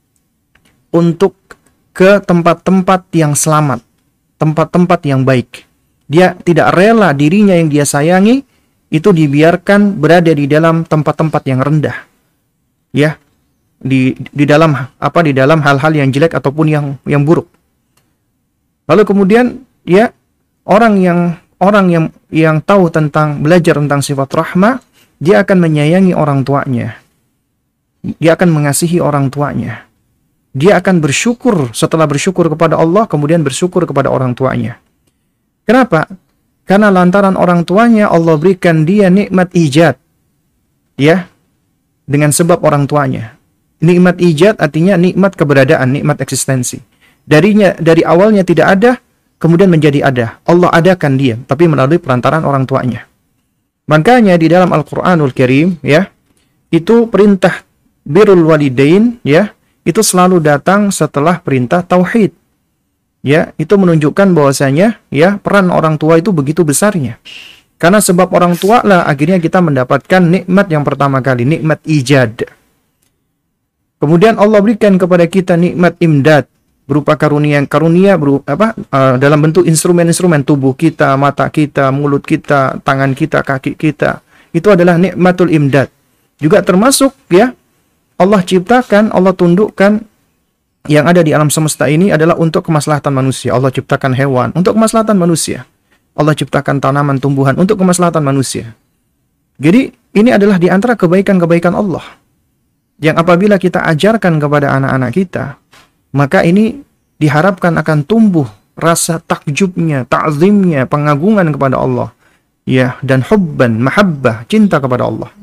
untuk ke tempat-tempat yang selamat, tempat-tempat yang baik. Dia tidak rela dirinya yang dia sayangi itu dibiarkan berada di dalam tempat-tempat yang rendah. Ya, di di dalam apa di dalam hal-hal yang jelek ataupun yang yang buruk. Lalu kemudian ya orang yang orang yang yang tahu tentang belajar tentang sifat rahmah, dia akan menyayangi orang tuanya. Dia akan mengasihi orang tuanya. Dia akan bersyukur setelah bersyukur kepada Allah, kemudian bersyukur kepada orang tuanya. Kenapa? Karena lantaran orang tuanya Allah berikan dia nikmat ijad. Ya, dengan sebab orang tuanya. Nikmat ijad artinya nikmat keberadaan, nikmat eksistensi. Darinya dari awalnya tidak ada, kemudian menjadi ada. Allah adakan dia, tapi melalui perantaran orang tuanya. Makanya di dalam Al-Qur'anul Karim ya, itu perintah birrul walidain ya, itu selalu datang setelah perintah tauhid. Ya, itu menunjukkan bahwasanya ya peran orang tua itu begitu besarnya. Karena sebab orang tua lah akhirnya kita mendapatkan nikmat yang pertama kali, nikmat ijad. Kemudian Allah berikan kepada kita nikmat imdad, berupa karunia karunia berupa apa uh, dalam bentuk instrumen-instrumen tubuh kita, mata kita, mulut kita, tangan kita, kaki kita. Itu adalah nikmatul imdad. Juga termasuk ya Allah ciptakan, Allah tundukkan yang ada di alam semesta ini adalah untuk kemaslahatan manusia. Allah ciptakan hewan untuk kemaslahatan manusia. Allah ciptakan tanaman, tumbuhan untuk kemaslahatan manusia. Jadi ini adalah di antara kebaikan-kebaikan Allah yang apabila kita ajarkan kepada anak-anak kita, maka ini diharapkan akan tumbuh rasa takjubnya, ta'zimnya, pengagungan kepada Allah. Ya, dan hubban, mahabbah, cinta kepada Allah.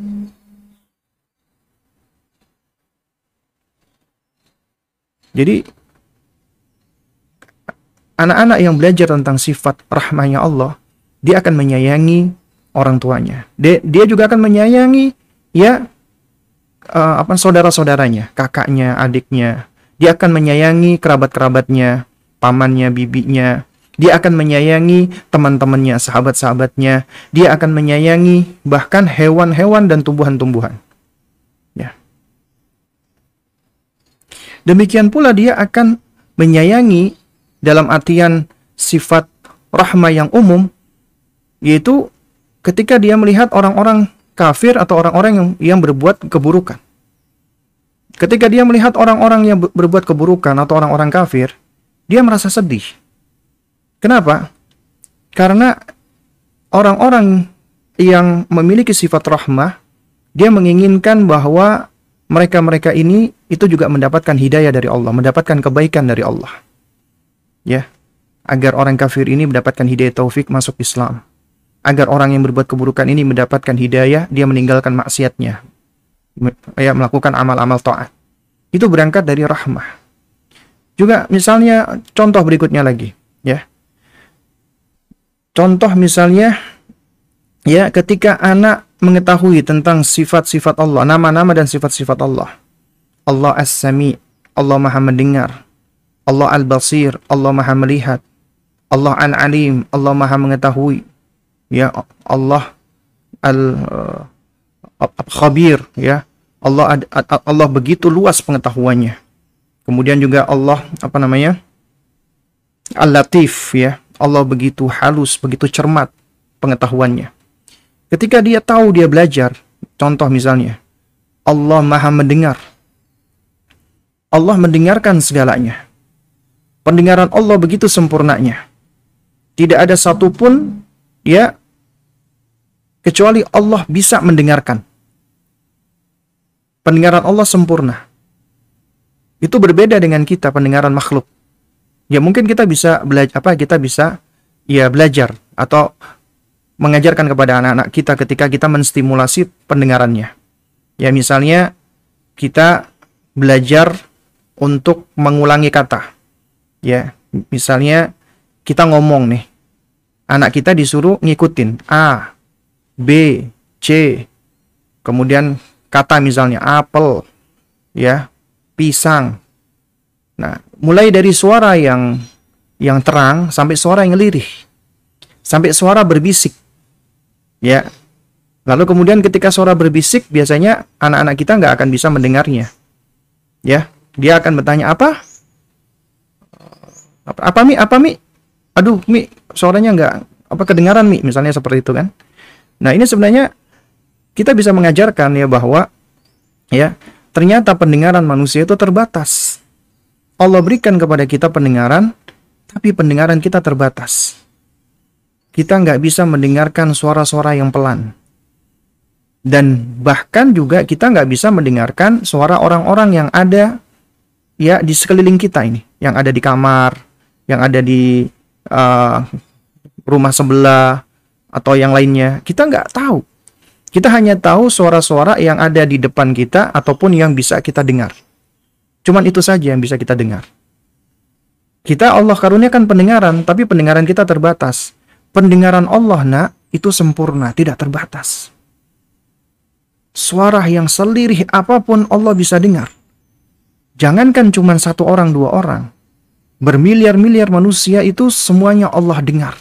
Jadi anak-anak yang belajar tentang sifat rahmahnya Allah, dia akan menyayangi orang tuanya. Dia, dia juga akan menyayangi ya uh, apa saudara-saudaranya, kakaknya, adiknya. Dia akan menyayangi kerabat-kerabatnya, pamannya, bibinya. Dia akan menyayangi teman-temannya, sahabat-sahabatnya. Dia akan menyayangi bahkan hewan-hewan dan tumbuhan-tumbuhan. Ya. Demikian pula dia akan menyayangi dalam artian sifat rahmah yang umum, yaitu ketika dia melihat orang-orang kafir atau orang-orang yang, yang berbuat keburukan. Ketika dia melihat orang-orang yang berbuat keburukan atau orang-orang kafir, dia merasa sedih. Kenapa? Karena orang-orang yang memiliki sifat rahmah, dia menginginkan bahwa mereka-mereka ini itu juga mendapatkan hidayah dari Allah, mendapatkan kebaikan dari Allah. Ya, agar orang kafir ini mendapatkan hidayah taufik masuk Islam. Agar orang yang berbuat keburukan ini mendapatkan hidayah, dia meninggalkan maksiatnya. Ya, melakukan amal-amal taat. Itu berangkat dari rahmah. Juga misalnya contoh berikutnya lagi, ya. Contoh misalnya ya ketika anak mengetahui tentang sifat-sifat Allah, nama-nama dan sifat-sifat Allah. Allah As-Sami, Allah Maha Mendengar. Allah Al-Basir, Allah Maha Melihat. Allah Al-Alim, Allah Maha Mengetahui. Ya, Allah Al-Khabir, ya. Allah Allah begitu luas pengetahuannya. Kemudian juga Allah apa namanya? Al-Latif, ya. Allah begitu halus, begitu cermat pengetahuannya. Ketika dia tahu, dia belajar. Contoh misalnya, Allah Maha Mendengar. Allah mendengarkan segalanya. Pendengaran Allah begitu sempurnanya. Tidak ada satupun ya kecuali Allah bisa mendengarkan. Pendengaran Allah sempurna. Itu berbeda dengan kita, pendengaran makhluk. Ya mungkin kita bisa belajar apa kita bisa ya belajar atau mengajarkan kepada anak-anak kita ketika kita menstimulasi pendengarannya. Ya misalnya kita belajar untuk mengulangi kata. Ya, misalnya kita ngomong nih, anak kita disuruh ngikutin A, B, C, kemudian kata misalnya apel, ya, pisang. Nah, mulai dari suara yang yang terang sampai suara yang lirih, sampai suara berbisik, ya. Lalu kemudian ketika suara berbisik, biasanya anak-anak kita nggak akan bisa mendengarnya, ya. Dia akan bertanya apa? Apa, apa mi? Apa mi? Aduh, mi, suaranya nggak apa kedengaran mi, misalnya seperti itu kan. Nah, ini sebenarnya kita bisa mengajarkan ya bahwa ya ternyata pendengaran manusia itu terbatas. Allah berikan kepada kita pendengaran, tapi pendengaran kita terbatas. Kita nggak bisa mendengarkan suara-suara yang pelan. Dan bahkan juga kita nggak bisa mendengarkan suara orang-orang yang ada ya di sekeliling kita ini, yang ada di kamar, yang ada di uh, rumah sebelah, atau yang lainnya. Kita nggak tahu. Kita hanya tahu suara-suara yang ada di depan kita ataupun yang bisa kita dengar. Cuman itu saja yang bisa kita dengar. Kita Allah karuniakan pendengaran, tapi pendengaran kita terbatas. Pendengaran Allah, nak, itu sempurna, tidak terbatas. Suara yang selirih apapun Allah bisa dengar. Jangankan cuma satu orang, dua orang. Bermiliar-miliar manusia itu semuanya Allah dengar.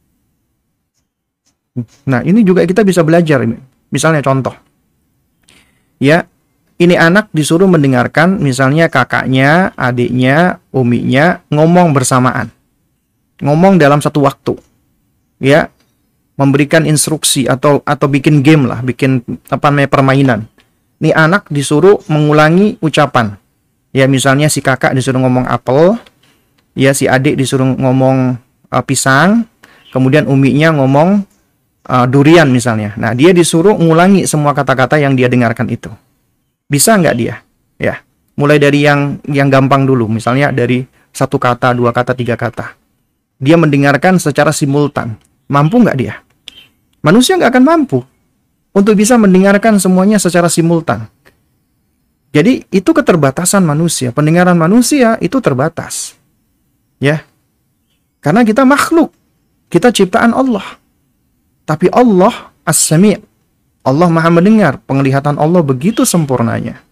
Nah, ini juga kita bisa belajar ini. Misalnya contoh. Ya, ini anak disuruh mendengarkan misalnya kakaknya, adiknya, uminya ngomong bersamaan. Ngomong dalam satu waktu. Ya, memberikan instruksi atau atau bikin game lah, bikin apa namanya permainan. Ini anak disuruh mengulangi ucapan. Ya, misalnya si kakak disuruh ngomong apel, ya si adik disuruh ngomong uh, pisang, kemudian uminya ngomong Uh, durian misalnya. Nah, dia disuruh ngulangi semua kata-kata yang dia dengarkan itu. Bisa nggak dia? Ya, mulai dari yang yang gampang dulu. Misalnya dari satu kata, dua kata, tiga kata. Dia mendengarkan secara simultan. Mampu nggak dia? Manusia nggak akan mampu untuk bisa mendengarkan semuanya secara simultan. Jadi itu keterbatasan manusia. Pendengaran manusia itu terbatas. Ya, karena kita makhluk. Kita ciptaan Allah. Tapi Allah As-Sami', Allah Maha mendengar, penglihatan Allah begitu sempurnanya.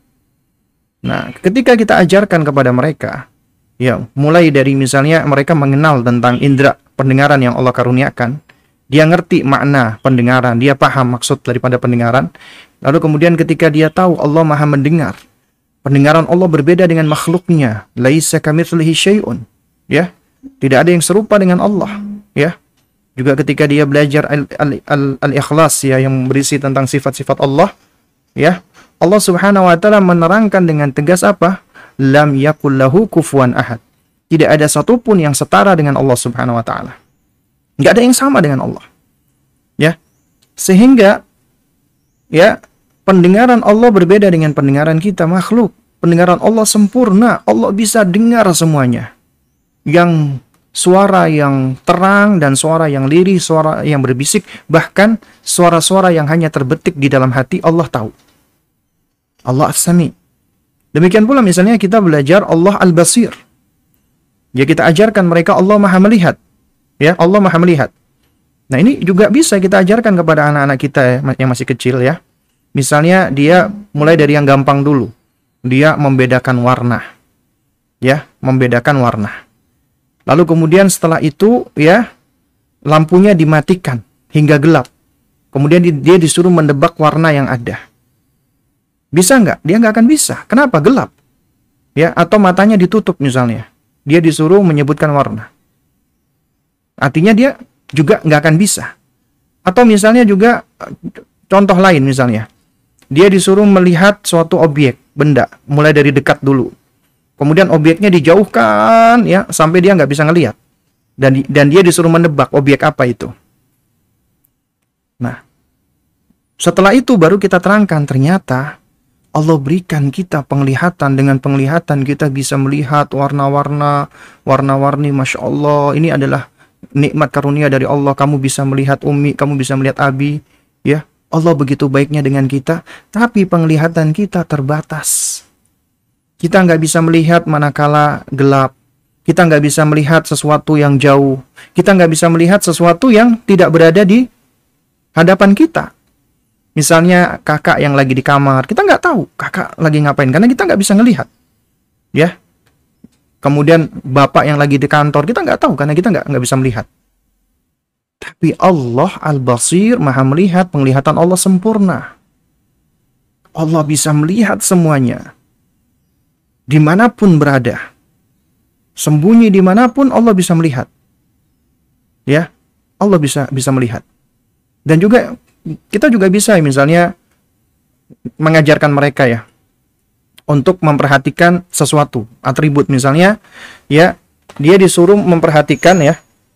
Nah, ketika kita ajarkan kepada mereka, ya, mulai dari misalnya mereka mengenal tentang indera pendengaran yang Allah karuniakan, dia ngerti makna pendengaran, dia paham maksud daripada pendengaran, lalu kemudian ketika dia tahu Allah Maha mendengar, pendengaran Allah berbeda dengan makhluknya, laisa kamitslihi syai'un, ya, tidak ada yang serupa dengan Allah, ya. Juga ketika dia belajar al-ikhlas ya yang berisi tentang sifat-sifat Allah, ya. Allah Subhanahu wa taala menerangkan dengan tegas apa? Lam yakul lahu kufuwan ahad. Tidak ada satupun yang setara dengan Allah Subhanahu wa taala. Enggak ada yang sama dengan Allah. Ya. Sehingga ya, pendengaran Allah berbeda dengan pendengaran kita makhluk. Pendengaran Allah sempurna. Allah bisa dengar semuanya. Yang suara yang terang dan suara yang lirih, suara yang berbisik, bahkan suara-suara yang hanya terbetik di dalam hati, Allah tahu. Allah As-Sami'. Demikian pula misalnya kita belajar Allah Al-Basir. Ya, kita ajarkan mereka Allah Maha melihat. Ya, Allah Maha melihat. Nah, ini juga bisa kita ajarkan kepada anak-anak kita ya, yang masih kecil ya. Misalnya dia mulai dari yang gampang dulu. Dia membedakan warna. Ya, membedakan warna. Lalu kemudian setelah itu ya lampunya dimatikan hingga gelap. Kemudian dia disuruh mendebak warna yang ada. Bisa nggak? Dia nggak akan bisa. Kenapa? Gelap. Ya, atau matanya ditutup misalnya. Dia disuruh menyebutkan warna. Artinya dia juga nggak akan bisa. Atau misalnya juga contoh lain misalnya. Dia disuruh melihat suatu objek, benda, mulai dari dekat dulu. Kemudian objeknya dijauhkan ya sampai dia nggak bisa ngelihat. Dan dan dia disuruh menebak objek apa itu. Nah, setelah itu baru kita terangkan ternyata Allah berikan kita penglihatan. Dengan penglihatan kita bisa melihat warna-warna, warna-warni. Masya Allah, ini adalah nikmat karunia dari Allah. Kamu bisa melihat Umi, kamu bisa melihat Abi. Ya, Allah begitu baiknya dengan kita. Tapi penglihatan kita terbatas. Kita nggak bisa melihat manakala gelap. Kita nggak bisa melihat sesuatu yang jauh. Kita nggak bisa melihat sesuatu yang tidak berada di hadapan kita. Misalnya kakak yang lagi di kamar, kita nggak tahu kakak lagi ngapain karena kita nggak bisa ngelihat, ya. Kemudian bapak yang lagi di kantor, kita nggak tahu karena kita nggak nggak bisa melihat. Tapi Allah Al-Basir, Maha Melihat, penglihatan Allah sempurna. Allah bisa melihat semuanya, dimanapun berada. Sembunyi dimanapun Allah bisa melihat. Ya, Allah bisa bisa melihat. Dan juga kita juga bisa misalnya mengajarkan mereka ya untuk memperhatikan sesuatu, atribut misalnya ya, dia disuruh memperhatikan ya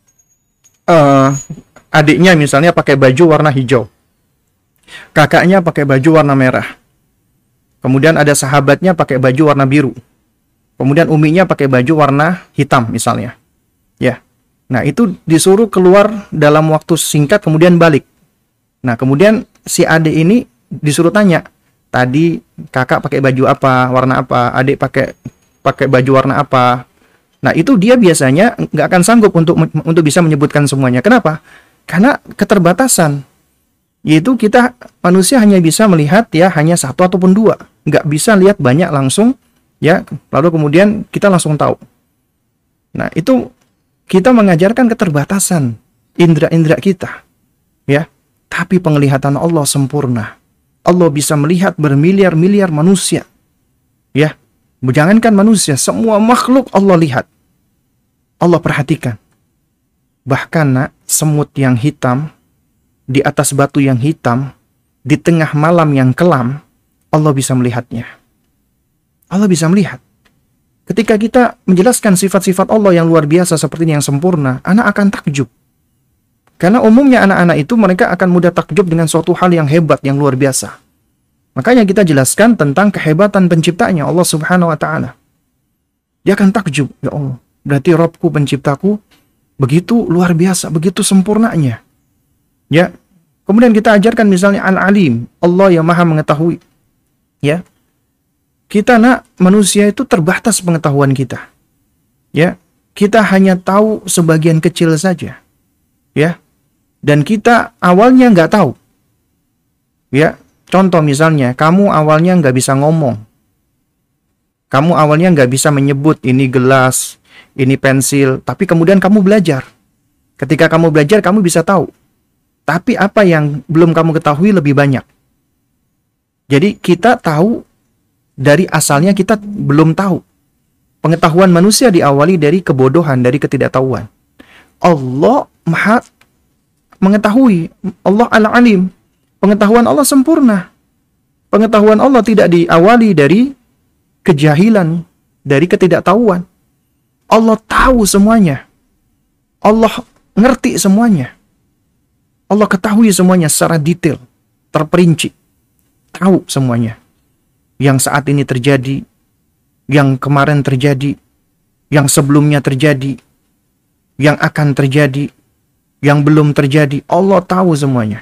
uh, adiknya misalnya pakai baju warna hijau. Kakaknya pakai baju warna merah. Kemudian ada sahabatnya pakai baju warna biru. Kemudian uminya pakai baju warna hitam misalnya. Ya. Nah, itu disuruh keluar dalam waktu singkat kemudian balik. Nah, kemudian si adik ini disuruh tanya, tadi kakak pakai baju apa, warna apa, adik pakai pakai baju warna apa. Nah, itu dia biasanya nggak akan sanggup untuk untuk bisa menyebutkan semuanya. Kenapa? Karena keterbatasan. Yaitu kita manusia hanya bisa melihat ya hanya satu ataupun dua. Nggak bisa lihat banyak langsung. Ya, lalu kemudian kita langsung tahu. Nah, itu kita mengajarkan keterbatasan indera-indera kita. Ya, tapi penglihatan Allah sempurna. Allah bisa melihat bermiliar-miliar manusia. Ya, jangankan manusia, semua makhluk Allah lihat. Allah perhatikan. Bahkan nak, semut yang hitam di atas batu yang hitam, di tengah malam yang kelam, Allah bisa melihatnya. Allah bisa melihat. Ketika kita menjelaskan sifat-sifat Allah yang luar biasa seperti ini yang sempurna, anak akan takjub. Karena umumnya anak-anak itu mereka akan mudah takjub dengan suatu hal yang hebat, yang luar biasa. Makanya kita jelaskan tentang kehebatan penciptanya Allah Subhanahu wa taala. Dia akan takjub, ya Allah, berarti Rabbku penciptaku begitu luar biasa, begitu sempurnanya. Ya. Kemudian kita ajarkan misalnya Al-Alim, Allah yang Maha mengetahui. Ya. Kita nak manusia itu terbatas pengetahuan kita. Ya, kita hanya tahu sebagian kecil saja. Ya. Dan kita awalnya nggak tahu. Ya, contoh misalnya, kamu awalnya nggak bisa ngomong. Kamu awalnya nggak bisa menyebut ini gelas, ini pensil, tapi kemudian kamu belajar. Ketika kamu belajar, kamu bisa tahu. Tapi apa yang belum kamu ketahui lebih banyak. Jadi kita tahu dari asalnya kita belum tahu. Pengetahuan manusia diawali dari kebodohan, dari ketidaktahuan. Allah Maha mengetahui. Allah Al-Alim. Pengetahuan Allah sempurna. Pengetahuan Allah tidak diawali dari kejahilan, dari ketidaktahuan. Allah tahu semuanya. Allah ngerti semuanya. Allah ketahui semuanya secara detail, terperinci. Tahu semuanya. Yang saat ini terjadi, yang kemarin terjadi, yang sebelumnya terjadi, yang akan terjadi, yang belum terjadi. Allah tahu semuanya.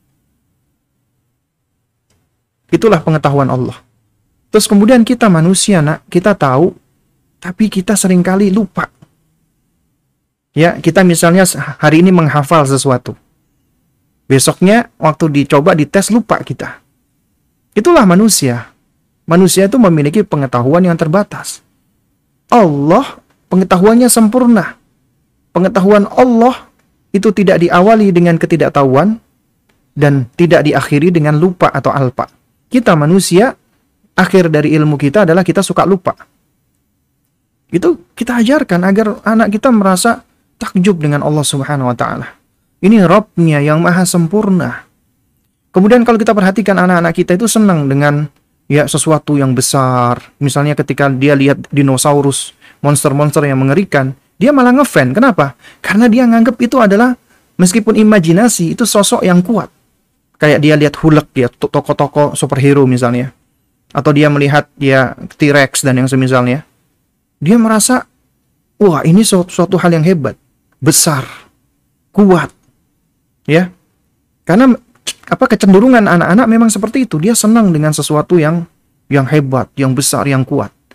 Itulah pengetahuan Allah. Terus kemudian kita manusia, nak, kita tahu, tapi kita seringkali lupa. Ya, kita misalnya hari ini menghafal sesuatu. Besoknya waktu dicoba dites lupa kita. Itulah manusia. Manusia itu memiliki pengetahuan yang terbatas. Allah pengetahuannya sempurna. Pengetahuan Allah itu tidak diawali dengan ketidaktahuan dan tidak diakhiri dengan lupa atau alpa. Kita manusia, akhir dari ilmu kita adalah kita suka lupa. Itu kita ajarkan agar anak kita merasa takjub dengan Allah Subhanahu wa taala. Ini Rabb-Nya yang maha sempurna. Kemudian kalau kita perhatikan anak-anak kita itu senang dengan ya sesuatu yang besar. Misalnya ketika dia lihat dinosaurus, monster-monster yang mengerikan, dia malah ngefan. Kenapa? Karena dia nganggap itu adalah, meskipun imajinasi, itu sosok yang kuat. Kayak dia lihat Hulk, ya tokoh-tokoh superhero misalnya. Atau dia melihat ya T-Rex dan yang semisalnya. Dia merasa, wah ini suatu hal yang hebat, besar, kuat. Ya, karena apa kecenderungan anak-anak memang seperti itu. Dia senang dengan sesuatu yang yang hebat, yang besar, yang kuat.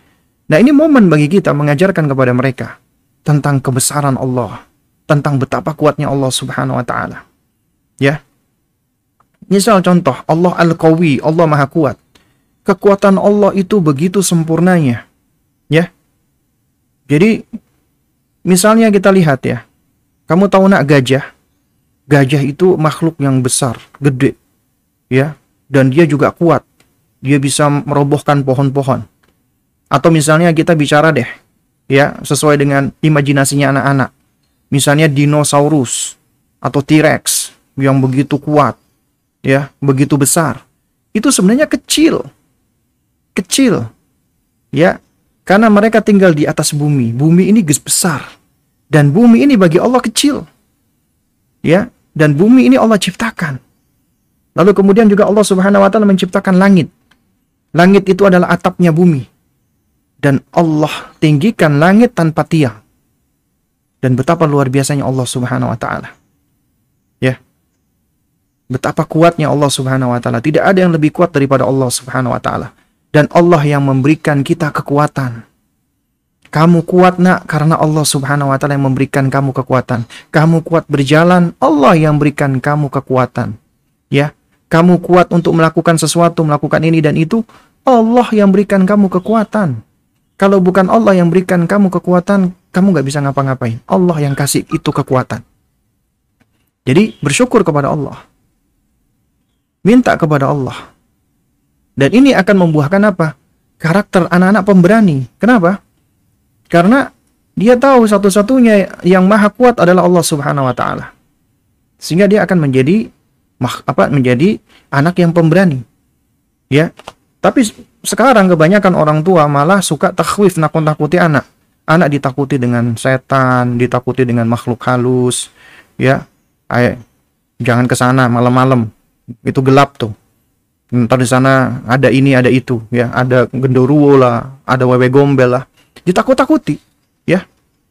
Nah, ini momen bagi kita mengajarkan kepada mereka tentang kebesaran Allah, tentang betapa kuatnya Allah Subhanahu wa taala. Ya. Misal contoh, Allah Al-Qawi, Allah Maha Kuat. Kekuatan Allah itu begitu sempurnanya. Ya. Jadi misalnya kita lihat ya. Kamu tahu nak gajah? Gajah itu makhluk yang besar, gede. Ya, dan dia juga kuat. Dia bisa merobohkan pohon-pohon. Atau misalnya kita bicara deh, ya, sesuai dengan imajinasinya anak-anak. Misalnya dinosaurus atau T-Rex yang begitu kuat, ya, begitu besar. Itu sebenarnya kecil. Kecil. Ya, karena mereka tinggal di atas bumi. Bumi ini besar. Dan bumi ini bagi Allah kecil. Ya, dan bumi ini Allah ciptakan. Lalu kemudian juga Allah Subhanahu wa taala menciptakan langit. Langit itu adalah atapnya bumi. Dan Allah tinggikan langit tanpa tiang. Dan betapa luar biasanya Allah Subhanahu wa taala. Ya. Betapa kuatnya Allah Subhanahu wa taala. Tidak ada yang lebih kuat daripada Allah Subhanahu wa taala. Dan Allah yang memberikan kita kekuatan. Kamu kuat nak karena Allah Subhanahu wa taala yang memberikan kamu kekuatan. Kamu kuat berjalan, Allah yang berikan kamu kekuatan. Ya. Kamu kuat untuk melakukan sesuatu, melakukan ini dan itu, Allah yang berikan kamu kekuatan. Kalau bukan Allah yang berikan kamu kekuatan, kamu gak bisa ngapa-ngapain. Allah yang kasih itu kekuatan. Jadi bersyukur kepada Allah. Minta kepada Allah. Dan ini akan membuahkan apa? Karakter anak-anak pemberani. Kenapa? Karena dia tahu satu-satunya yang maha kuat adalah Allah Subhanahu wa taala. Sehingga dia akan menjadi apa? Menjadi anak yang pemberani. Ya. Tapi sekarang kebanyakan orang tua malah suka takhwif, nakut-nakuti anak. Anak ditakuti dengan setan, ditakuti dengan makhluk halus. Ya, ayo, jangan ke sana malam-malam. Itu gelap tuh. Ntar di sana ada ini, ada itu. Ya, ada genderuwo lah, ada wewe gombel lah. Ditakut-takuti. Ya.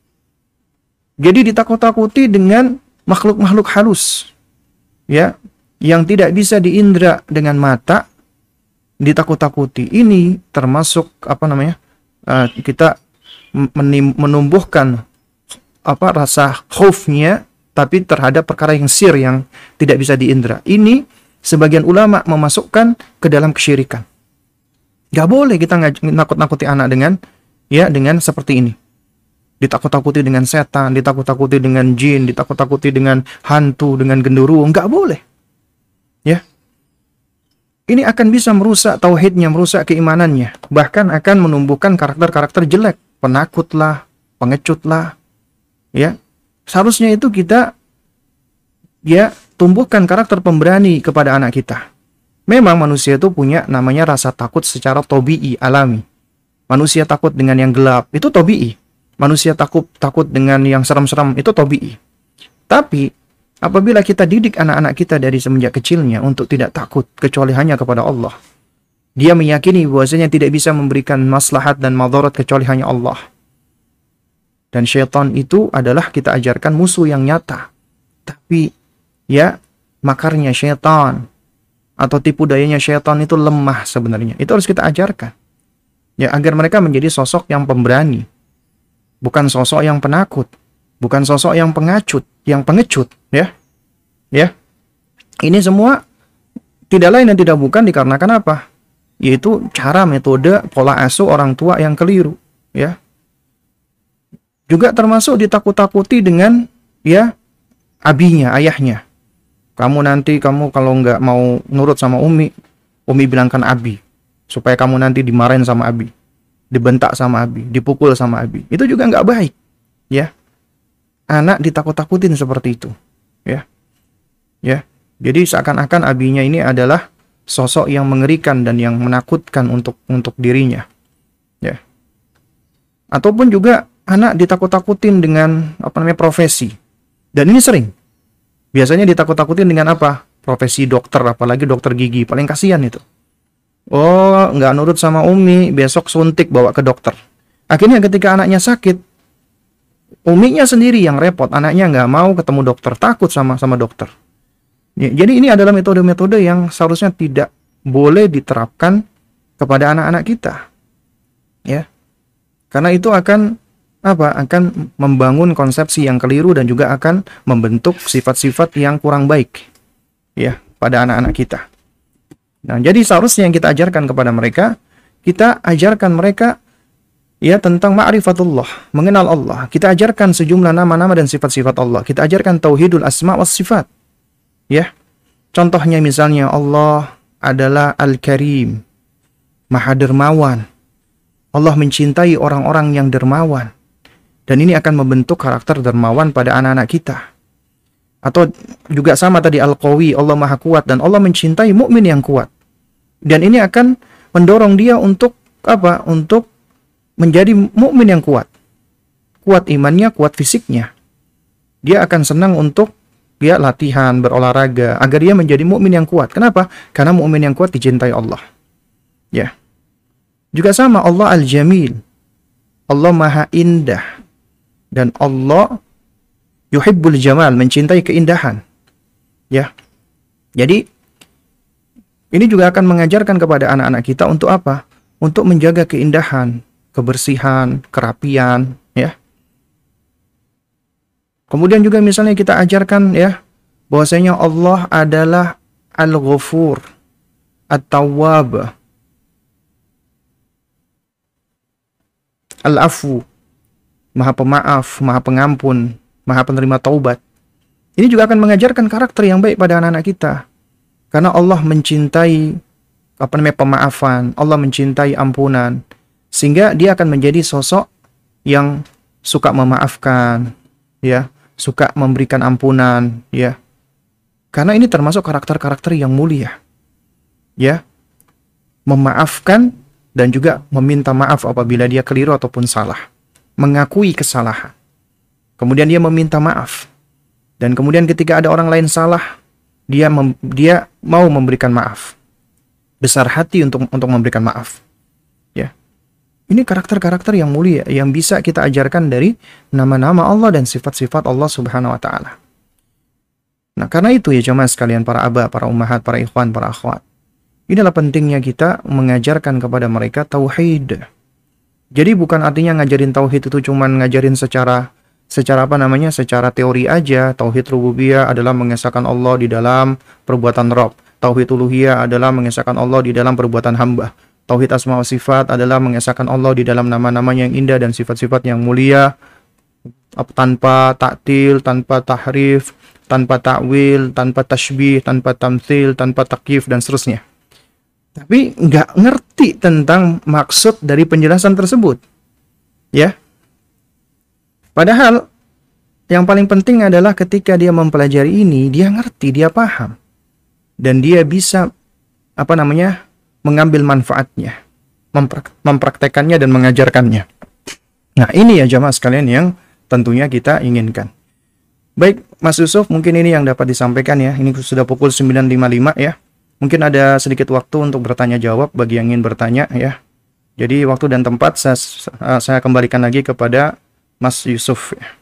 Jadi ditakut-takuti dengan makhluk-makhluk halus. Ya, yang tidak bisa diindra dengan mata. Ditakut-takuti. Ini termasuk apa namanya? Uh, kita menumbuhkan apa rasa khaufnya tapi terhadap perkara yang sir yang tidak bisa diindra. Ini sebagian ulama memasukkan ke dalam kesyirikan. Gak boleh kita nakut-nakuti anak dengan ya dengan seperti ini. Ditakut-takuti dengan setan, ditakut-takuti dengan jin, ditakut-takuti dengan hantu, dengan genderuwo, gak boleh. Ya. Ini akan bisa merusak tauhidnya, merusak keimanannya. Bahkan akan menumbuhkan karakter-karakter jelek. Penakutlah, pengecutlah. Ya. Seharusnya itu kita ya tumbuhkan karakter pemberani kepada anak kita. Memang manusia itu punya namanya rasa takut secara tobi'i, alami. Manusia takut dengan yang gelap, itu tobi'i. Manusia takut takut dengan yang serem-serem, itu tobi'i. Tapi apabila kita didik anak-anak kita dari semenjak kecilnya untuk tidak takut kecuali hanya kepada Allah. Dia meyakini bahwasanya tidak bisa memberikan maslahat dan madarat kecuali hanya Allah. Dan syaitan itu adalah kita ajarkan musuh yang nyata. Tapi ya makarnya syaitan atau tipu dayanya syaitan itu lemah sebenarnya. Itu harus kita ajarkan. Ya agar mereka menjadi sosok yang pemberani. Bukan sosok yang penakut. Bukan sosok yang pengacut, yang pengecut, ya. Ya. Ini semua tidak lain dan tidak bukan dikarenakan apa? Yaitu cara, metode, pola asuh orang tua yang keliru, ya. Juga termasuk ditakut-takuti dengan ya abinya, ayahnya. Kamu nanti kamu kalau nggak mau nurut sama Umi, Umi bilangkan Abi supaya kamu nanti dimarahin sama Abi, dibentak sama Abi, dipukul sama Abi. Itu juga nggak baik, ya. Anak ditakut-takutin seperti itu, ya, ya. Jadi seakan-akan abinya ini adalah sosok yang mengerikan dan yang menakutkan untuk untuk dirinya, ya. Ataupun juga anak ditakut-takutin dengan apa namanya profesi, dan ini sering. Biasanya ditakut-takutin dengan apa? Profesi dokter, apalagi dokter gigi, paling kasihan itu. Oh, nggak nurut sama Umi, besok suntik bawa ke dokter. Akhirnya ketika anaknya sakit, uminya sendiri yang repot, anaknya nggak mau ketemu dokter, takut sama sama dokter. Ya, jadi ini adalah metode-metode yang seharusnya tidak boleh diterapkan kepada anak-anak kita. Ya, Karena itu akan apa? Akan membangun konsepsi yang keliru dan juga akan membentuk sifat-sifat yang kurang baik ya pada anak-anak kita. Nah, jadi seharusnya yang kita ajarkan kepada mereka, kita ajarkan mereka ya tentang ma'rifatullah, mengenal Allah. Kita ajarkan sejumlah nama-nama dan sifat-sifat Allah. Kita ajarkan tauhidul asma was sifat. Ya. Contohnya misalnya Allah adalah Al-Karim, Maha Dermawan. Allah mencintai orang-orang yang dermawan. Dan ini akan membentuk karakter dermawan pada anak-anak kita. Atau juga sama tadi Al-Qawi, Allah Maha Kuat dan Allah mencintai mukmin yang kuat. Dan ini akan mendorong dia untuk apa? Untuk menjadi mukmin yang kuat. Kuat imannya, kuat fisiknya. Dia akan senang untuk dia latihan, berolahraga agar dia menjadi mukmin yang kuat. Kenapa? Karena mukmin yang kuat dicintai Allah. Ya. Juga sama Allah Al-Jamil. Allah Maha Indah. Dan Allah yuhibbul jamal, mencintai keindahan. Ya. Jadi ini juga akan mengajarkan kepada anak-anak kita untuk apa? Untuk menjaga keindahan, kebersihan, kerapian, ya. Kemudian juga misalnya kita ajarkan ya bahwasanya Allah adalah Al-Ghafur, At-Tawwab, Al-Afu, Maha Pemaaf, Maha Pengampun, Maha Penerima Taubat. Ini juga akan mengajarkan karakter yang baik pada anak-anak kita. Karena Allah mencintai apa namanya pemaafan, Allah mencintai ampunan, sehingga dia akan menjadi sosok yang suka memaafkan, ya, suka memberikan ampunan, ya. Karena ini termasuk karakter-karakter yang mulia, ya, memaafkan dan juga meminta maaf apabila dia keliru ataupun salah, mengakui kesalahan, kemudian dia meminta maaf, dan kemudian ketika ada orang lain salah, dia mem, dia mau memberikan maaf, besar hati untuk untuk memberikan maaf, ya. Ini karakter-karakter yang mulia yang bisa kita ajarkan dari nama-nama Allah dan sifat-sifat Allah Subhanahu wa taala. Nah, karena itu ya jemaah sekalian, para aba, para ummahat, para ikhwan, para akhwat. Inilah pentingnya kita mengajarkan kepada mereka tauhid. Jadi bukan artinya ngajarin tauhid itu cuman ngajarin secara secara apa namanya? secara teori aja. Tauhid rububiyah adalah mengesahkan Allah di dalam perbuatan Rabb. Tauhid uluhiyah adalah mengesahkan Allah di dalam perbuatan hamba. Tauhid asma wa sifat adalah mengesahkan Allah di dalam nama-namanya yang indah dan sifat-sifat yang mulia, tanpa taktil, tanpa tahrif, tanpa takwil, tanpa tashbih, tanpa tamtsil, tanpa takyif dan seterusnya. Tapi nggak ngerti tentang maksud dari penjelasan tersebut, ya. Padahal yang paling penting adalah ketika dia mempelajari ini, dia ngerti, dia paham, dan dia bisa apa namanya? mengambil manfaatnya, memprak mempraktekannya dan mengajarkannya. Nah, ini ya jamaah sekalian yang tentunya kita inginkan. Baik, Mas Yusuf, mungkin ini yang dapat disampaikan ya. Ini sudah pukul sembilan lima puluh lima ya. Mungkin ada sedikit waktu untuk bertanya jawab bagi yang ingin bertanya ya. Jadi waktu dan tempat saya, saya kembalikan lagi kepada Mas Yusuf ya.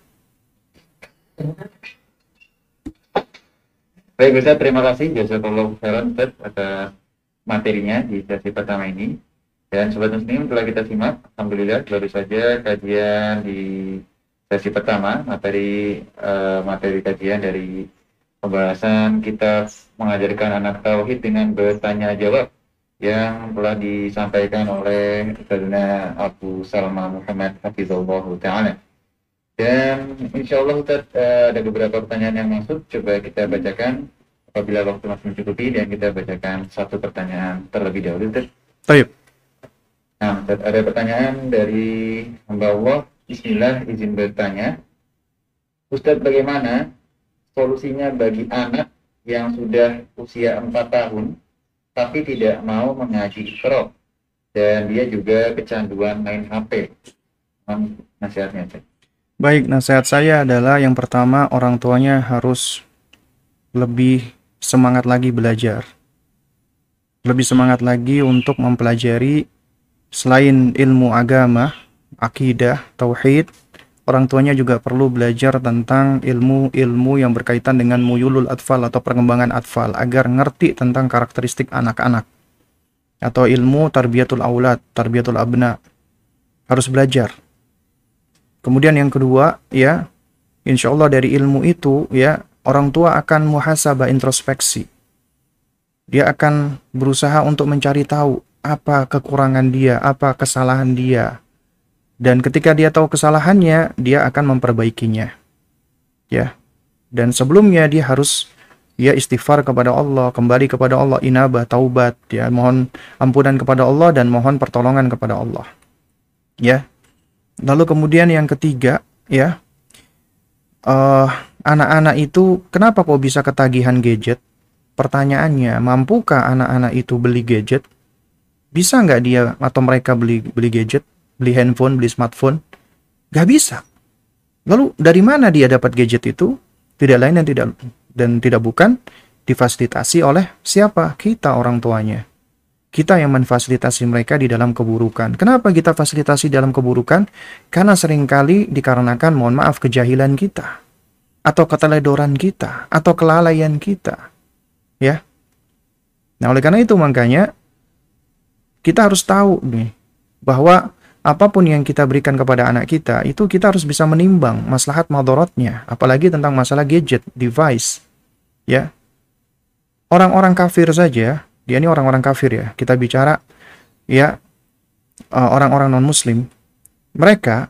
Baik Ustaz, terima kasih jazakallahu khairan Ustaz atas materinya di sesi pertama ini. Dan Sobat Muslim, telah kita simak, alhamdulillah baru saja kajian di sesi pertama, materi uh, materi kajian dari pembahasan kita mengajarkan anak tauhid dengan bertanya jawab yang telah disampaikan oleh Ustazuna Abu Salma Muhammad Hafizullah Ta'ala. Dan insya Allah Ustaz, uh, ada beberapa pertanyaan yang masuk, coba kita bacakan apabila waktu masih mencukupi, dan kita bacakan satu pertanyaan terlebih dahulu Ustaz. Baik. Nah, Ustaz, ada pertanyaan dari hamba Allah. Bismillah, izin bertanya, Ustaz, bagaimana solusinya bagi anak yang sudah usia empat tahun tapi tidak mau mengaji Iqra dan dia juga kecanduan main H P? Mohon nasihatnya Ustaz. Baik, nasihat saya adalah yang pertama, orang tuanya harus lebih semangat lagi belajar. Lebih semangat lagi untuk mempelajari selain ilmu agama, akidah, tauhid, orang tuanya juga perlu belajar tentang ilmu-ilmu yang berkaitan dengan muyulul atfal atau perkembangan atfal agar ngerti tentang karakteristik anak-anak. Atau ilmu tarbiyatul aulad, tarbiyatul abna. harus belajar. Kemudian yang kedua, ya, insya Allah dari ilmu itu, ya, orang tua akan muhasabah, introspeksi. Dia akan berusaha untuk mencari tahu apa kekurangan dia, apa kesalahan dia. Dan ketika dia tahu kesalahannya, dia akan memperbaikinya. Ya. Dan sebelumnya dia harus ya istighfar kepada Allah, kembali kepada Allah, inabah, taubat, ya, mohon ampunan kepada Allah dan mohon pertolongan kepada Allah. Ya. Lalu kemudian yang ketiga, ya, uh, anak-anak itu kenapa kok bisa ketagihan gadget? Pertanyaannya, mampukah anak-anak itu beli gadget? Bisa nggak dia atau mereka beli beli gadget, beli handphone, beli smartphone? Nggak bisa. Lalu dari mana dia dapat gadget itu? Tidak lain dan tidak dan tidak bukan difasilitasi oleh siapa? Kita, orang tuanya. Kita yang memfasilitasi mereka di dalam keburukan. Kenapa kita fasilitasi dalam keburukan? Karena seringkali dikarenakan, mohon maaf, kejahilan kita. Atau keteledoran kita. Atau kelalaian kita. Ya. Nah, oleh karena itu makanya, kita harus tahu nih, bahwa apapun yang kita berikan kepada anak kita, itu kita harus bisa menimbang maslahat madorotnya. Apalagi tentang masalah gadget, device. Ya. Orang-orang kafir saja, dia ini orang-orang kafir ya. Kita bicara ya orang-orang non-muslim. Mereka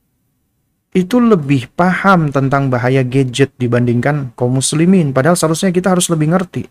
itu lebih paham tentang bahaya gadget dibandingkan kaum muslimin. Padahal seharusnya kita harus lebih ngerti.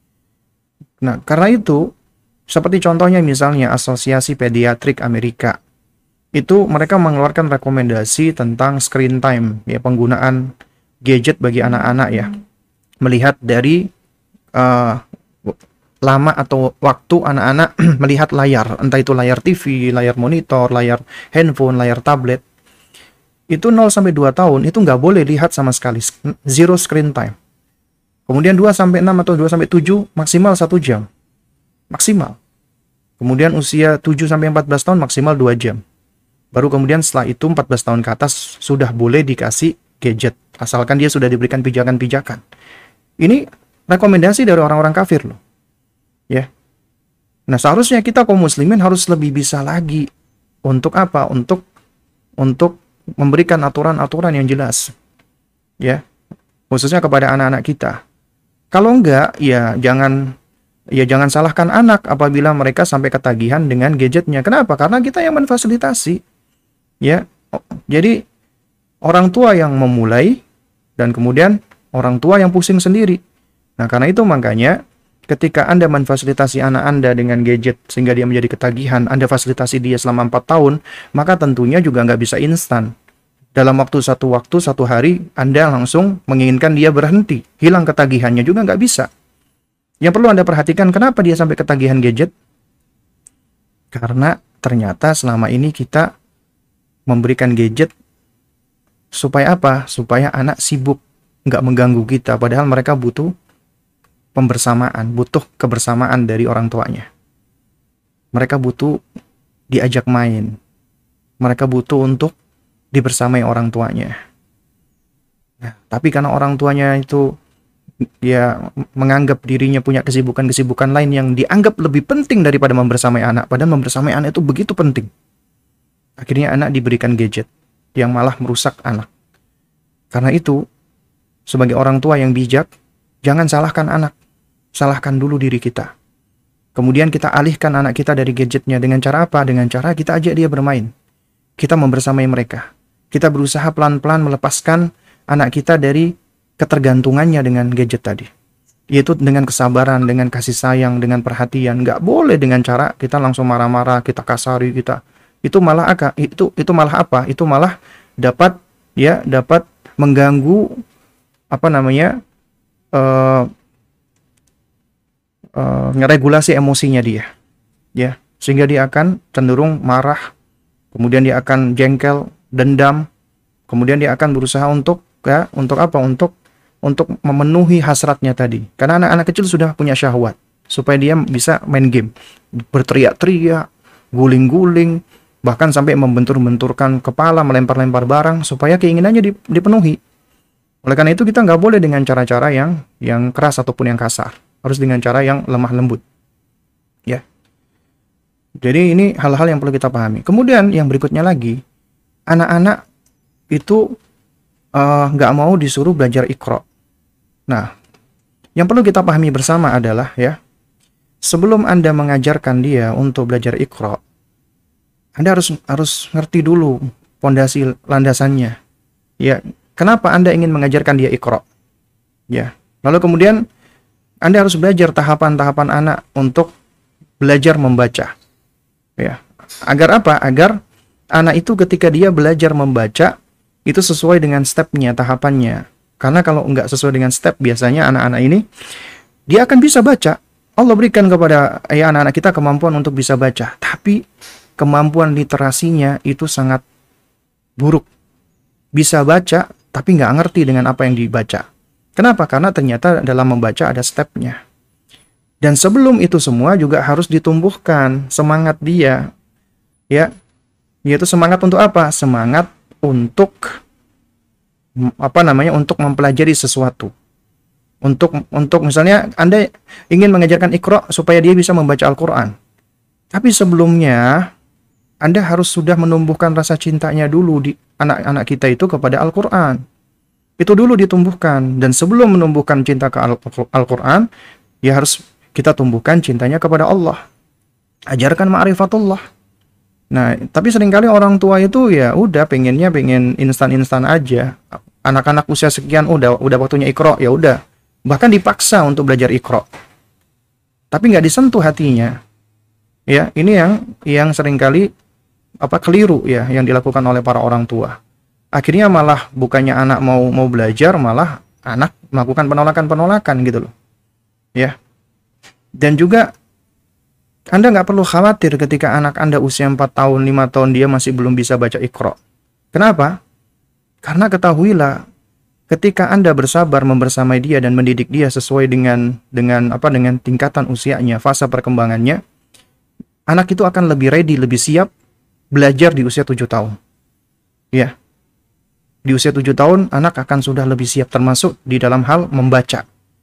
Nah, karena itu, seperti contohnya misalnya Asosiasi Pediatrik Amerika. Itu mereka mengeluarkan rekomendasi tentang screen time, ya, penggunaan gadget bagi anak-anak ya. Melihat dari uh, lama atau waktu anak-anak melihat layar, entah itu layar T V, layar monitor, layar handphone, layar tablet, itu nol sampai dua tahun itu nggak boleh lihat sama sekali, zero screen time. Kemudian dua sampai enam atau dua sampai tujuh maksimal satu jam, maksimal. Kemudian usia tujuh sampai empat belas tahun maksimal dua jam. Baru kemudian setelah itu empat belas tahun ke atas sudah boleh dikasih gadget, asalkan dia sudah diberikan pijakan-pijakan. Ini rekomendasi dari orang-orang kafir loh. Ya. Nah, seharusnya kita kaum muslimin harus lebih bisa lagi untuk apa? Untuk untuk memberikan aturan-aturan yang jelas. Ya. Khususnya kepada anak-anak kita. Kalau enggak, ya jangan ya jangan salahkan anak apabila mereka sampai ketagihan dengan gadgetnya. Kenapa? Karena kita yang memfasilitasi. Ya. Jadi orang tua yang memulai dan kemudian orang tua yang pusing sendiri. Nah, karena itu makanya ketika Anda memfasilitasi anak Anda dengan gadget sehingga dia menjadi ketagihan, Anda fasilitasi dia selama empat tahun, maka tentunya juga nggak bisa instan. Dalam waktu satu waktu, satu hari, Anda langsung menginginkan dia berhenti. Hilang ketagihannya juga nggak bisa. Yang perlu Anda perhatikan, kenapa dia sampai ketagihan gadget? Karena ternyata selama ini kita memberikan gadget supaya apa? Supaya anak sibuk, nggak mengganggu kita. Padahal mereka butuh pembersamaan, butuh kebersamaan dari orang tuanya. Mereka butuh diajak main. Mereka butuh untuk dibersamai orang tuanya. Nah, tapi karena orang tuanya itu dia menganggap dirinya punya kesibukan-kesibukan lain yang dianggap lebih penting daripada membersamai anak, padahal membersamai anak itu begitu penting. Akhirnya anak diberikan gadget yang malah merusak anak. Karena itu, sebagai orang tua yang bijak, jangan salahkan anak. Salahkan dulu diri kita. Kemudian kita alihkan anak kita dari gadgetnya dengan cara apa? Dengan cara kita ajak dia bermain. Kita membersamai mereka. Kita berusaha pelan-pelan melepaskan anak kita dari ketergantungannya dengan gadget tadi. Yaitu dengan kesabaran, dengan kasih sayang, dengan perhatian. Nggak boleh dengan cara kita langsung marah-marah, kita kasari, kita. Itu malah apa? Itu itu malah apa? Itu malah dapat ya dapat mengganggu apa namanya? Uh, Uh, ngeregulasi emosinya dia, ya, sehingga dia akan cenderung marah, kemudian dia akan jengkel, dendam, kemudian dia akan berusaha untuk, ya, untuk apa? Untuk untuk memenuhi hasratnya tadi. Karena anak-anak kecil sudah punya syahwat, supaya dia bisa main game, berteriak-teriak, guling-guling, bahkan sampai membentur-benturkan kepala, melempar-lempar barang, supaya keinginannya dipenuhi. Oleh karena itu kita nggak boleh dengan cara-cara yang yang keras ataupun yang kasar. Harus dengan cara yang lemah lembut. Ya. Jadi ini hal-hal yang perlu kita pahami. Kemudian yang berikutnya lagi, anak-anak itu eh, nggak mau disuruh belajar Iqra. Nah, yang perlu kita pahami bersama adalah ya, sebelum Anda mengajarkan dia untuk belajar Iqra, Anda harus harus ngerti dulu pondasi landasannya. Ya, kenapa Anda ingin mengajarkan dia Iqra? Ya. Lalu kemudian Anda harus belajar tahapan-tahapan anak untuk belajar membaca. Ya. Agar apa? Agar anak itu ketika dia belajar membaca itu sesuai dengan stepnya, tahapannya. Karena kalau nggak sesuai dengan step, biasanya anak-anak ini dia akan bisa baca. Allah berikan kepada ya anak-anak kita kemampuan untuk bisa baca, tapi kemampuan literasinya itu sangat buruk. Bisa baca, tapi nggak ngerti dengan apa yang dibaca. Kenapa? Karena ternyata dalam membaca ada stepnya. Dan sebelum itu semua juga harus ditumbuhkan semangat dia. Ya, yaitu semangat untuk apa? Semangat untuk apa namanya? Untuk mempelajari sesuatu. Untuk untuk misalnya Anda ingin mengajarkan Iqra supaya dia bisa membaca Al-Qur'an. Tapi sebelumnya Anda harus sudah menumbuhkan rasa cintanya dulu di anak-anak kita itu kepada Al-Qur'an. Itu dulu ditumbuhkan, dan sebelum menumbuhkan cinta ke Al-Qur'an, ya harus kita tumbuhkan cintanya kepada Allah. Ajarkan ma'rifatullah. Nah, tapi seringkali orang tua itu ya udah pengennya pengen instan-instan aja. Anak-anak usia sekian udah udah waktunya Iqra, ya udah. Bahkan dipaksa untuk belajar Iqra. Tapi nggak disentuh hatinya. Ya, ini yang yang seringkali apa keliru ya yang dilakukan oleh para orang tua. Akhirnya malah bukannya anak mau mau belajar, malah anak melakukan penolakan-penolakan gitu loh. Ya. Dan juga Anda nggak perlu khawatir ketika anak Anda usia empat tahun, lima tahun dia masih belum bisa baca Iqra. Kenapa? Karena ketahuilah ketika Anda bersabar membersamai dia dan mendidik dia sesuai dengan dengan apa dengan tingkatan usianya, fase perkembangannya, anak itu akan lebih ready, lebih siap belajar di usia tujuh tahun. Ya. Di usia tujuh tahun anak akan sudah lebih siap termasuk di dalam hal membaca.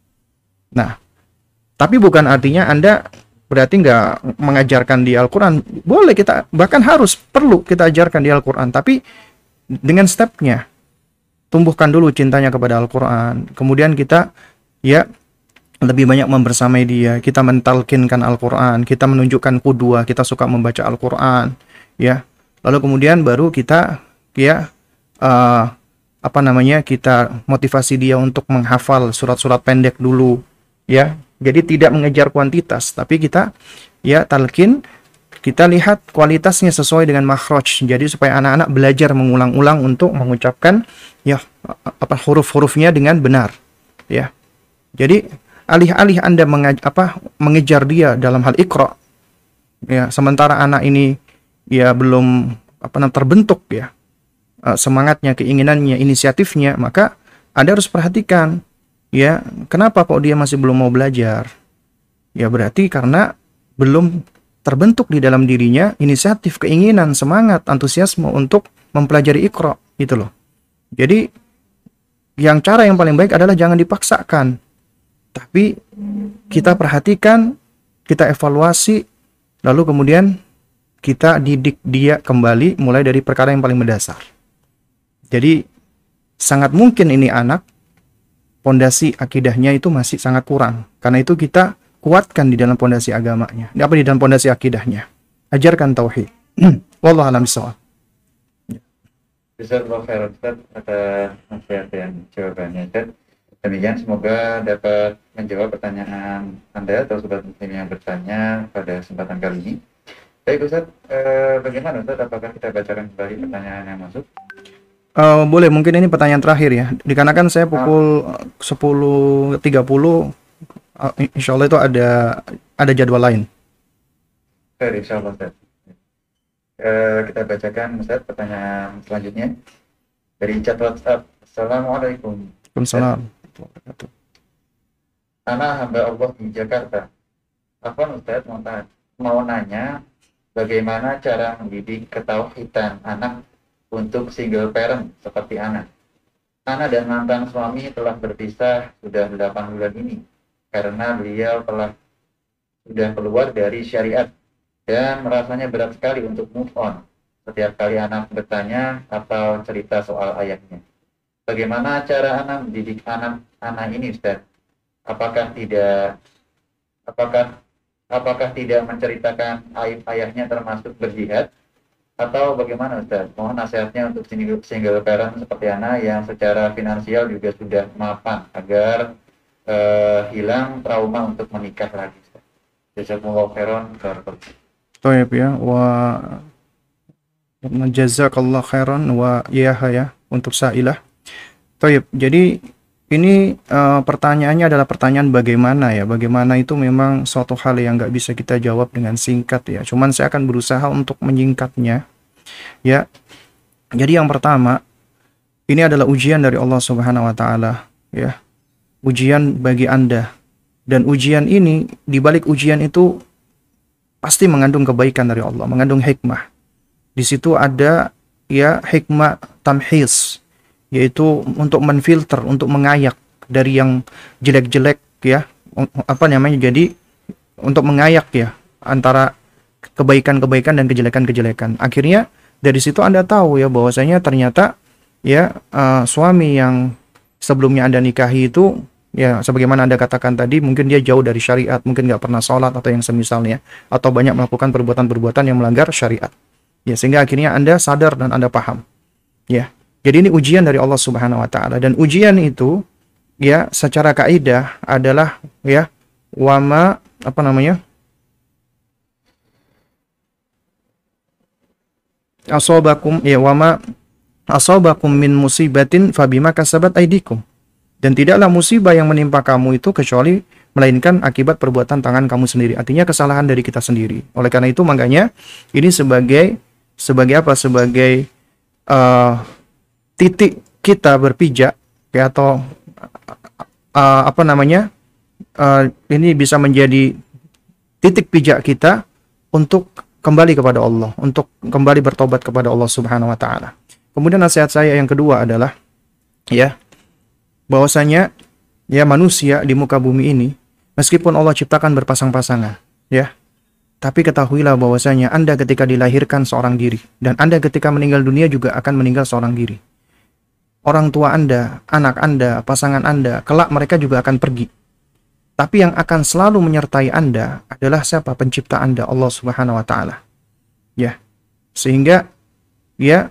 Nah, tapi bukan artinya Anda berarti nggak mengajarkan di Al-Quran. Boleh kita, bahkan harus, perlu kita ajarkan di Al-Quran. Tapi dengan stepnya. Tumbuhkan dulu cintanya kepada Al-Quran. Kemudian kita ya lebih banyak membersamai dia. Kita mentalkinkan Al-Quran. Kita menunjukkan qudwah. Kita suka membaca Al-Quran. Ya. Lalu kemudian baru kita ya uh, apa namanya kita motivasi dia untuk menghafal surat-surat pendek dulu. Ya. Jadi tidak mengejar kuantitas, tapi kita ya talqin, kita lihat kualitasnya sesuai dengan makhraj. Jadi supaya anak-anak belajar mengulang-ulang untuk mengucapkan ya apa huruf-hurufnya dengan benar. Ya. Jadi alih-alih Anda mengaj apa mengejar dia dalam hal Iqra, ya sementara anak ini ya belum apa namanya terbentuk ya semangatnya, keinginannya, inisiatifnya, maka Anda harus perhatikan. Ya, kenapa kok dia masih belum mau belajar? Ya berarti karena belum terbentuk di dalam dirinya inisiatif, keinginan, semangat, antusiasme untuk mempelajari Iqra, gitu loh. Jadi yang cara yang paling baik adalah jangan dipaksakan. Tapi kita perhatikan, kita evaluasi, lalu kemudian kita didik dia kembali mulai dari perkara yang paling mendasar. Jadi sangat mungkin ini anak pondasi akidahnya itu masih sangat kurang. Karena itu kita kuatkan di dalam pondasi agamanya. Apa di dalam pondasi akidahnya? Ajarkan tauhid. Wallahu a'lam bishawab. Jazakallahu khairan Ustaz atas nasihat dan jawabannya Ustaz. Demikian semoga dapat menjawab pertanyaan Anda atau sobat muslim yang bertanya pada kesempatan kali ini. Baik Ustaz, eh, bagaimana Ustaz? Apakah kita bacakan kembali pertanyaan yang masuk? Uh, boleh, mungkin ini pertanyaan terakhir ya. Dikarenakan saya pukul sepuluh tiga puluh, uh, insya Allah itu ada ada jadwal lain. Baik, insya Allah Ustaz. Uh, kita bacakan Ustaz pertanyaan selanjutnya dari chat WhatsApp. Assalamualaikum. Waalaikumsalam. Anak hamba Allah di Jakarta. Afwan Ustaz mau, mau nanya bagaimana cara mendidik ketauhidan anak untuk single parent seperti anak. Anak dan mantan suami telah berpisah sudah delapan bulan ini karena beliau telah sudah keluar dari syariat dan rasanya berat sekali untuk move on setiap kali anak bertanya atau cerita soal ayahnya. Bagaimana cara anak mendidik anak-anak ini, Ustaz? Apakah tidak apakah apakah tidak menceritakan aib ayahnya termasuk berjihad atau bagaimana, Ustaz? Mohon nasihatnya untuk single, single parent seperti anak yang secara finansial juga sudah mapan agar uh, hilang trauma untuk menikah lagi, Ustaz. Jazakumullah khairan. Toyib ya, wa jazakallah khairan wa yaha ya untuk Sailah. Toyib, jadi ini uh, pertanyaannya adalah pertanyaan bagaimana ya, bagaimana itu memang suatu hal yang nggak bisa kita jawab dengan singkat ya. Cuman saya akan berusaha untuk menyingkatnya ya. Jadi yang pertama, ini adalah ujian dari Allah Subhanahu Wa Taala ya, ujian bagi Anda, dan ujian ini, di balik ujian itu pasti mengandung kebaikan dari Allah, mengandung hikmah. Di situ ada ya hikmah tamhis, yaitu untuk menfilter, untuk mengayak dari yang jelek-jelek ya, apa namanya, jadi untuk mengayak ya antara kebaikan-kebaikan dan kejelekan-kejelekan. Akhirnya dari situ Anda tahu ya bahwasanya ternyata ya uh, suami yang sebelumnya Anda nikahi itu ya sebagaimana Anda katakan tadi, mungkin dia jauh dari syariat, mungkin nggak pernah sholat atau yang semisalnya, atau banyak melakukan perbuatan-perbuatan yang melanggar syariat. Ya, sehingga akhirnya Anda sadar dan Anda paham. Ya. Jadi ini ujian dari Allah Subhanahu Wa Taala, dan ujian itu ya secara kaidah adalah ya wama apa namanya asobakum ya wama asobakum min musibatin fabima kasabat aidikum, dan tidaklah musibah yang menimpa kamu itu kecuali melainkan akibat perbuatan tangan kamu sendiri. Artinya kesalahan dari kita sendiri. Oleh karena itu makanya ini sebagai sebagai apa sebagai uh, titik kita berpijak ya, atau uh, apa namanya uh, ini bisa menjadi titik pijak kita untuk kembali kepada Allah, untuk kembali bertobat kepada Allah Subhanahu Wa Taala. Kemudian nasihat saya yang kedua adalah ya bahwasanya ya manusia di muka bumi ini, meskipun Allah ciptakan berpasang-pasangan ya, tapi ketahuilah bahwasanya Anda ketika dilahirkan seorang diri, dan Anda ketika meninggal dunia juga akan meninggal seorang diri. Orang tua Anda, anak Anda, pasangan Anda, kelak mereka juga akan pergi. Tapi yang akan selalu menyertai Anda adalah siapa? Pencipta Anda, Allah Subhanahu Wa Taala. Ya, sehingga ya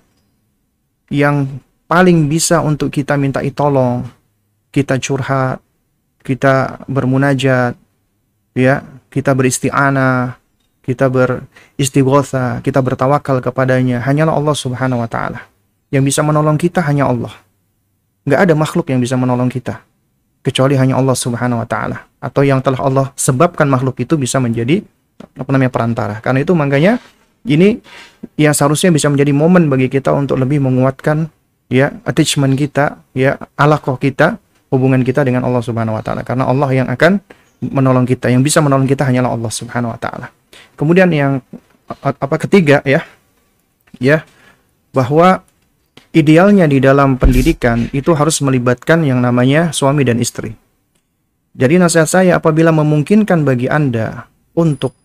yang paling bisa untuk kita mintai tolong, kita curhat, kita bermunajat, ya, kita beristi'anah, kita beristighotsah, kita bertawakal kepadanya, hanyalah Allah Subhanahu Wa Taala. Yang bisa menolong kita hanya Allah. Nggak ada makhluk yang bisa menolong kita kecuali hanya Allah Subhanahu Wa Taala, atau yang telah Allah sebabkan makhluk itu bisa menjadi apa namanya perantara. Karena itu makanya ini yang seharusnya bisa menjadi momen bagi kita untuk lebih menguatkan ya attachment kita, ya alaqah kita, hubungan kita dengan Allah Subhanahu Wa Taala. Karena Allah yang akan menolong kita, yang bisa menolong kita hanyalah Allah Subhanahu Wa Taala. Kemudian yang apa ketiga ya, ya bahwa idealnya di dalam pendidikan itu harus melibatkan yang namanya suami dan istri. Jadi nasihat saya, apabila memungkinkan bagi Anda untuk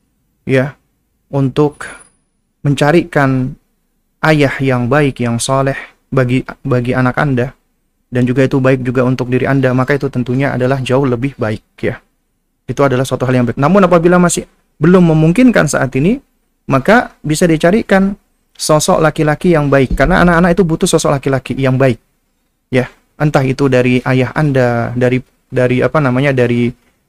ya untuk mencarikan ayah yang baik, yang soleh bagi bagi anak Anda, dan juga itu baik juga untuk diri Anda, maka itu tentunya adalah jauh lebih baik ya. Itu adalah suatu hal yang baik. Namun apabila masih belum memungkinkan saat ini, maka bisa dicarikan sosok laki-laki yang baik, karena anak-anak itu butuh sosok laki-laki yang baik ya, entah itu dari ayah Anda, dari dari apa namanya dari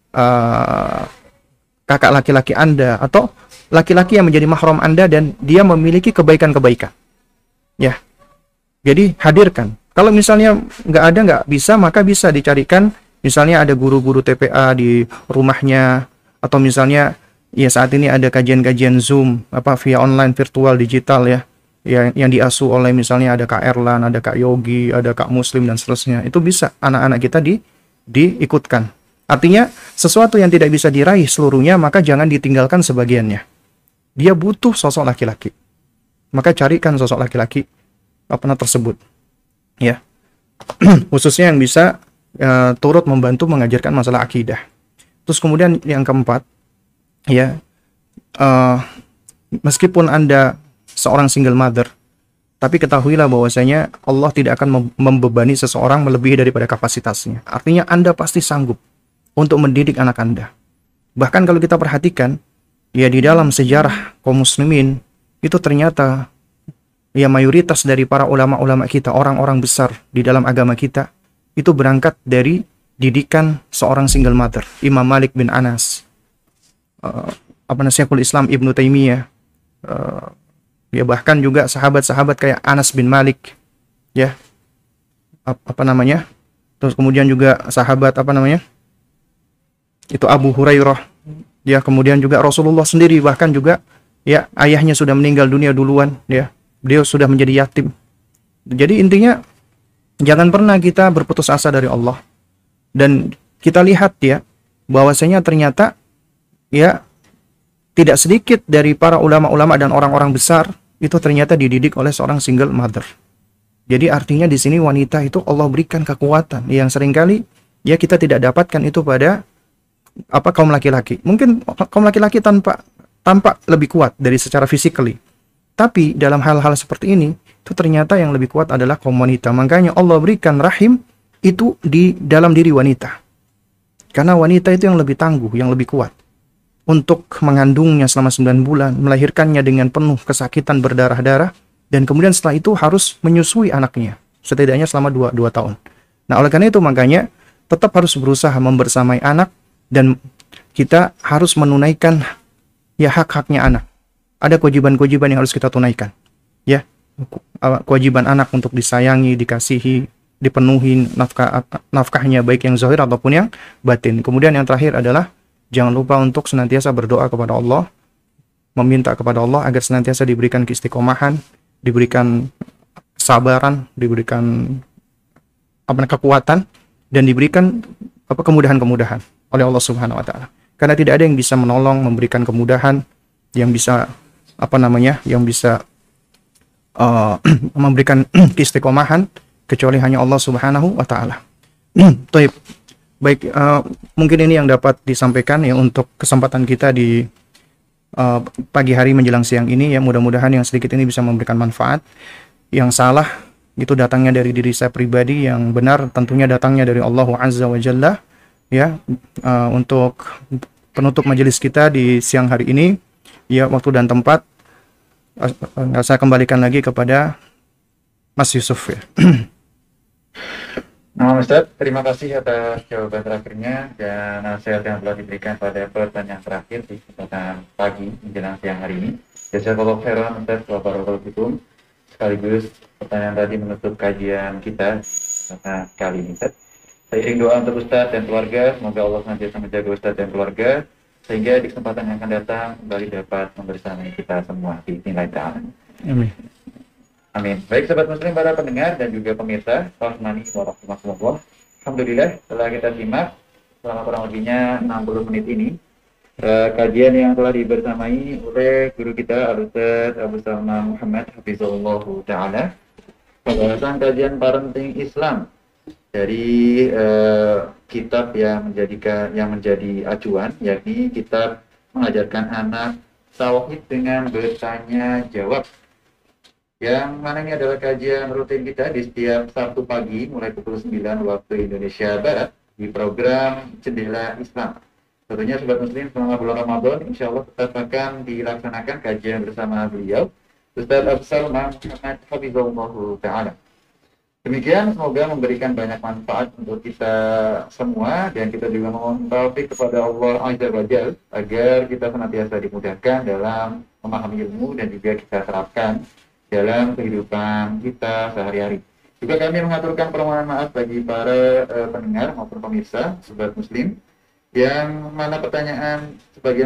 uh, kakak laki-laki Anda, atau laki-laki yang menjadi mahram Anda dan dia memiliki kebaikan-kebaikan ya. Jadi hadirkan. Kalau misalnya nggak ada, nggak bisa, maka bisa dicarikan misalnya ada guru-guru T P A di rumahnya, atau misalnya ya saat ini ada kajian-kajian Zoom apa via online virtual digital ya, yang yang diasuh oleh misalnya ada Kak Erlan, ada Kak Yogi, ada Kak Muslim dan seterusnya. Itu bisa anak-anak kita di diikutkan. Artinya sesuatu yang tidak bisa diraih seluruhnya, maka jangan ditinggalkan sebagiannya. Dia butuh sosok laki-laki, maka carikan sosok laki-laki apa tersebut ya. Khususnya yang bisa uh, turut membantu mengajarkan masalah akidah. Terus kemudian yang keempat ya, eh, meskipun Anda seorang single mother, tapi ketahuilah bahwasanya Allah tidak akan mem- membebani seseorang melebihi daripada kapasitasnya. Artinya Anda pasti sanggup untuk mendidik anak Anda. Bahkan kalau kita perhatikan, ya di dalam sejarah kaum muslimin, itu ternyata ya mayoritas dari para ulama-ulama kita, orang-orang besar di dalam agama kita, itu berangkat dari didikan seorang single mother. Imam Malik bin Anas, uh, apa namanya, Syekhul Islam Ibnu Taimiyah, uh, ya bahkan juga sahabat-sahabat kayak Anas bin Malik, ya ap- apa namanya, terus kemudian juga sahabat apa namanya, itu Abu Hurairah, ya kemudian juga Rasulullah sendiri, bahkan juga ya ayahnya sudah meninggal dunia duluan, ya beliau sudah menjadi yatim. Jadi intinya jangan pernah kita berputus asa dari Allah. Dan kita lihat ya bahwasanya ternyata ya tidak sedikit dari para ulama-ulama dan orang-orang besar itu ternyata dididik oleh seorang single mother. Jadi artinya di sini wanita itu Allah berikan kekuatan yang seringkali ya kita tidak dapatkan itu pada apa kaum laki-laki. Mungkin kaum laki-laki tanpa tampak lebih kuat dari secara physically. Tapi dalam hal-hal seperti ini itu ternyata yang lebih kuat adalah kaum wanita. Makanya Allah berikan rahim itu di dalam diri wanita. Karena wanita itu yang lebih tangguh, yang lebih kuat untuk mengandungnya selama sembilan bulan, melahirkannya dengan penuh kesakitan berdarah-darah, dan kemudian setelah itu harus menyusui anaknya setidaknya selama dua tahun. Nah, oleh karena itu makanya tetap harus berusaha membersamai anak, dan kita harus menunaikan ya hak-haknya anak. Ada kewajiban-kewajiban yang harus kita tunaikan. Ya, kewajiban anak untuk disayangi, dikasihi, dipenuhi nafkah nafkahnya baik yang zahir ataupun yang batin. Kemudian yang terakhir adalah jangan lupa untuk senantiasa berdoa kepada Allah, meminta kepada Allah agar senantiasa diberikan keistiqomahan, diberikan kesabaran, diberikan apa kekuatan, dan diberikan apa kemudahan-kemudahan oleh Allah Subhanahu wa taala. Karena tidak ada yang bisa menolong, memberikan kemudahan, yang bisa apa namanya, yang bisa uh, memberikan keistiqomahan kecuali hanya Allah Subhanahu wa taala. Baik, baik uh, mungkin ini yang dapat disampaikan ya untuk kesempatan kita di uh, pagi hari menjelang siang ini ya, mudah-mudahan yang sedikit ini bisa memberikan manfaat. Yang salah itu datangnya dari diri saya pribadi, yang benar tentunya datangnya dari Allah Azza wa Jalla ya. Uh, untuk penutup majelis kita di siang hari ini ya, waktu dan tempat uh, saya kembalikan lagi kepada Mas Yusuf ya. Nah, Ustaz, terima kasih atas jawaban terakhirnya dan nasihat yang telah diberikan pada pertanyaan terakhir di kesempatan pagi menjelang siang hari ini. Jazakallahu khairan Ustaz wa barakallahu fikum. Sekaligus pertanyaan tadi menutup kajian kita pada kali ini, Ustaz. Saya iring doa untuk Ustaz dan keluarga, semoga Allah senantiasa menjaga Ustaz dan keluarga sehingga di kesempatan yang akan datang kembali dapat membersamai kita semua di nilai ta'ala. Amin. Amin. Baik sahabat muslim, para pendengar dan juga pemirsa, rahmani wa rahmatullah. Alhamdulillah setelah kita simak selama kurang lebihnya enam puluh menit ini uh, kajian yang telah dibersamai oleh guru kita Al-Ustaz Abu Salma Muhammad Hafizullah Ta'ala, pembahasan kajian parenting Islam dari uh, kitab yang menjadikan yang menjadi acuan, yakni kitab mengajarkan anak tauhid dengan bertanya jawab, yang mana ini adalah kajian rutin kita di setiap Sabtu pagi mulai pukul sembilan waktu Indonesia Barat di program Jendela Islam. Tentunya sobat muslim selama bulan Ramadan insya Allah tetap akan dilaksanakan kajian bersama beliau Ustaz Abu Salma Muhammad Hafizullah Ta'ala. Demikian, semoga memberikan banyak manfaat untuk kita semua, dan kita juga memohon taufik kepada Allah Azza wa Jalla agar kita senantiasa dimudahkan dalam memahami ilmu dan juga kita terapkan dalam kehidupan kita sehari-hari. Juga kami mengaturkan permohonan maaf bagi para uh, pendengar maupun pemirsa sobat muslim yang mana pertanyaan sebagian